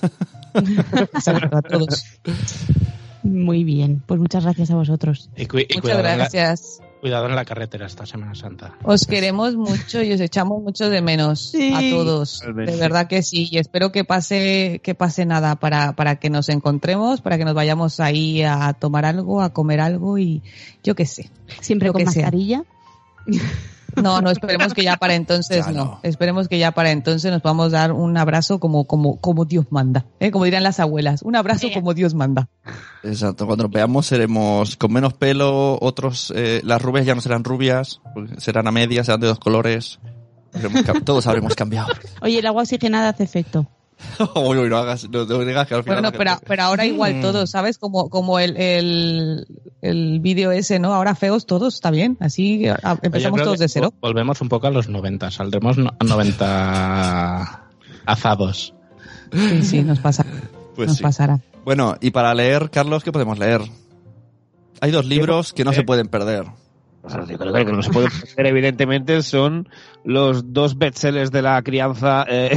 Exacto, a todos. Muy bien, pues muchas gracias a vosotros. Y, cu- y Muchas cuidado, en la, gracias. cuidado en la carretera esta Semana Santa. Os queremos mucho y os echamos mucho de menos Sí. a todos. Totalmente. De verdad que sí. Y espero que pase, que pase nada para, para que nos encontremos, para que nos vayamos ahí a tomar algo, a comer algo y yo qué sé. Siempre Lo con que sea. mascarilla. No, no, esperemos que ya para entonces Ya no. no. Esperemos que ya para entonces nos podamos dar un abrazo como, como, como Dios manda. ¿eh? Como dirían las abuelas. Un abrazo Sí. como Dios manda. Exacto, cuando nos veamos seremos con menos pelo, otros, eh, las rubias ya no serán rubias, serán a medias, serán de dos colores. Habremos cam- Todos habremos cambiado. Oye, el agua oxigenada hace efecto. Uy, uy, no hagas, no, no digas que al final... Bueno, pero, pero ahora igual Mm. todos, ¿sabes? Como, como el, el, el vídeo ese, ¿no? Ahora feos todos, está bien. Así a- Yo empezamos creo todos que de cero. vo- Volvemos un poco a los noventa. Saldremos no- a noventa azados. Sí, sí, nos pasa. Pues nos sí. pasará. Bueno, y para leer, Carlos, ¿qué podemos leer? Hay dos libros que no se pueden perder. O sea, yo creo que no se puede perder, evidentemente, son los dos bestsellers de la crianza. eh.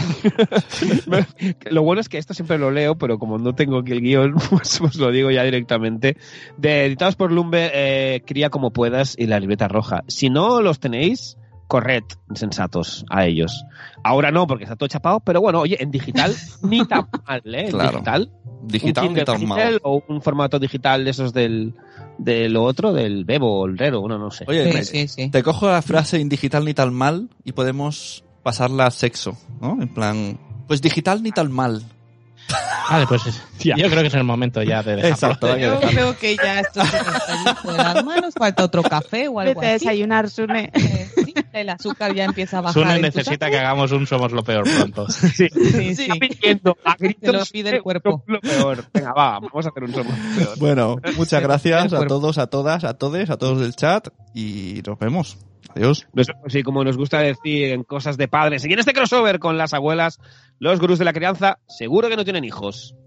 Lo bueno es que esto siempre lo leo, pero como no tengo aquí el guión, pues os lo digo ya directamente. De, editados por Lumbe, eh, Cría como puedas y La libreta roja. Si no los tenéis, corred, insensatos, a ellos. Ahora no, porque está todo chapado, pero bueno, oye, en digital ni tan mal, ¿eh? En Claro. digital. Digital un ni Kindle tan Kindle mal. o un formato digital de esos del de lo otro, del Bebo o el Rero, bueno, no sé. Oye, Sí, me- sí, sí. te cojo la frase en digital ni tan mal y podemos pasarla a sexo, ¿no? En plan, pues digital ni tan mal. Vale, pues es- Tía. yo creo que es el momento ya de dejarlo. Exacto, hay que Yo dejarlo. creo que ya esto se nos está yendo de las manos. Falta otro café o algo Vete a así. desayunar, Sune. Eh, sí, el azúcar ya empieza a bajar. Sune en tu necesita que sangre. hagamos un Somos lo Peor pronto. Sí, Sí, sí. Está pidiendo a gritos Te lo pide el cuerpo. Lo peor. Venga, va, vamos a hacer un somos lo peor. Bueno, muchas gracias El a cuerpo. todos, a todas, a todos, a todos del chat y nos vemos. Adiós. Nos vemos, sí, como nos gusta decir en cosas de padres. Y en este crossover con las abuelas, los gurús de la crianza, seguro que no tienen hijos.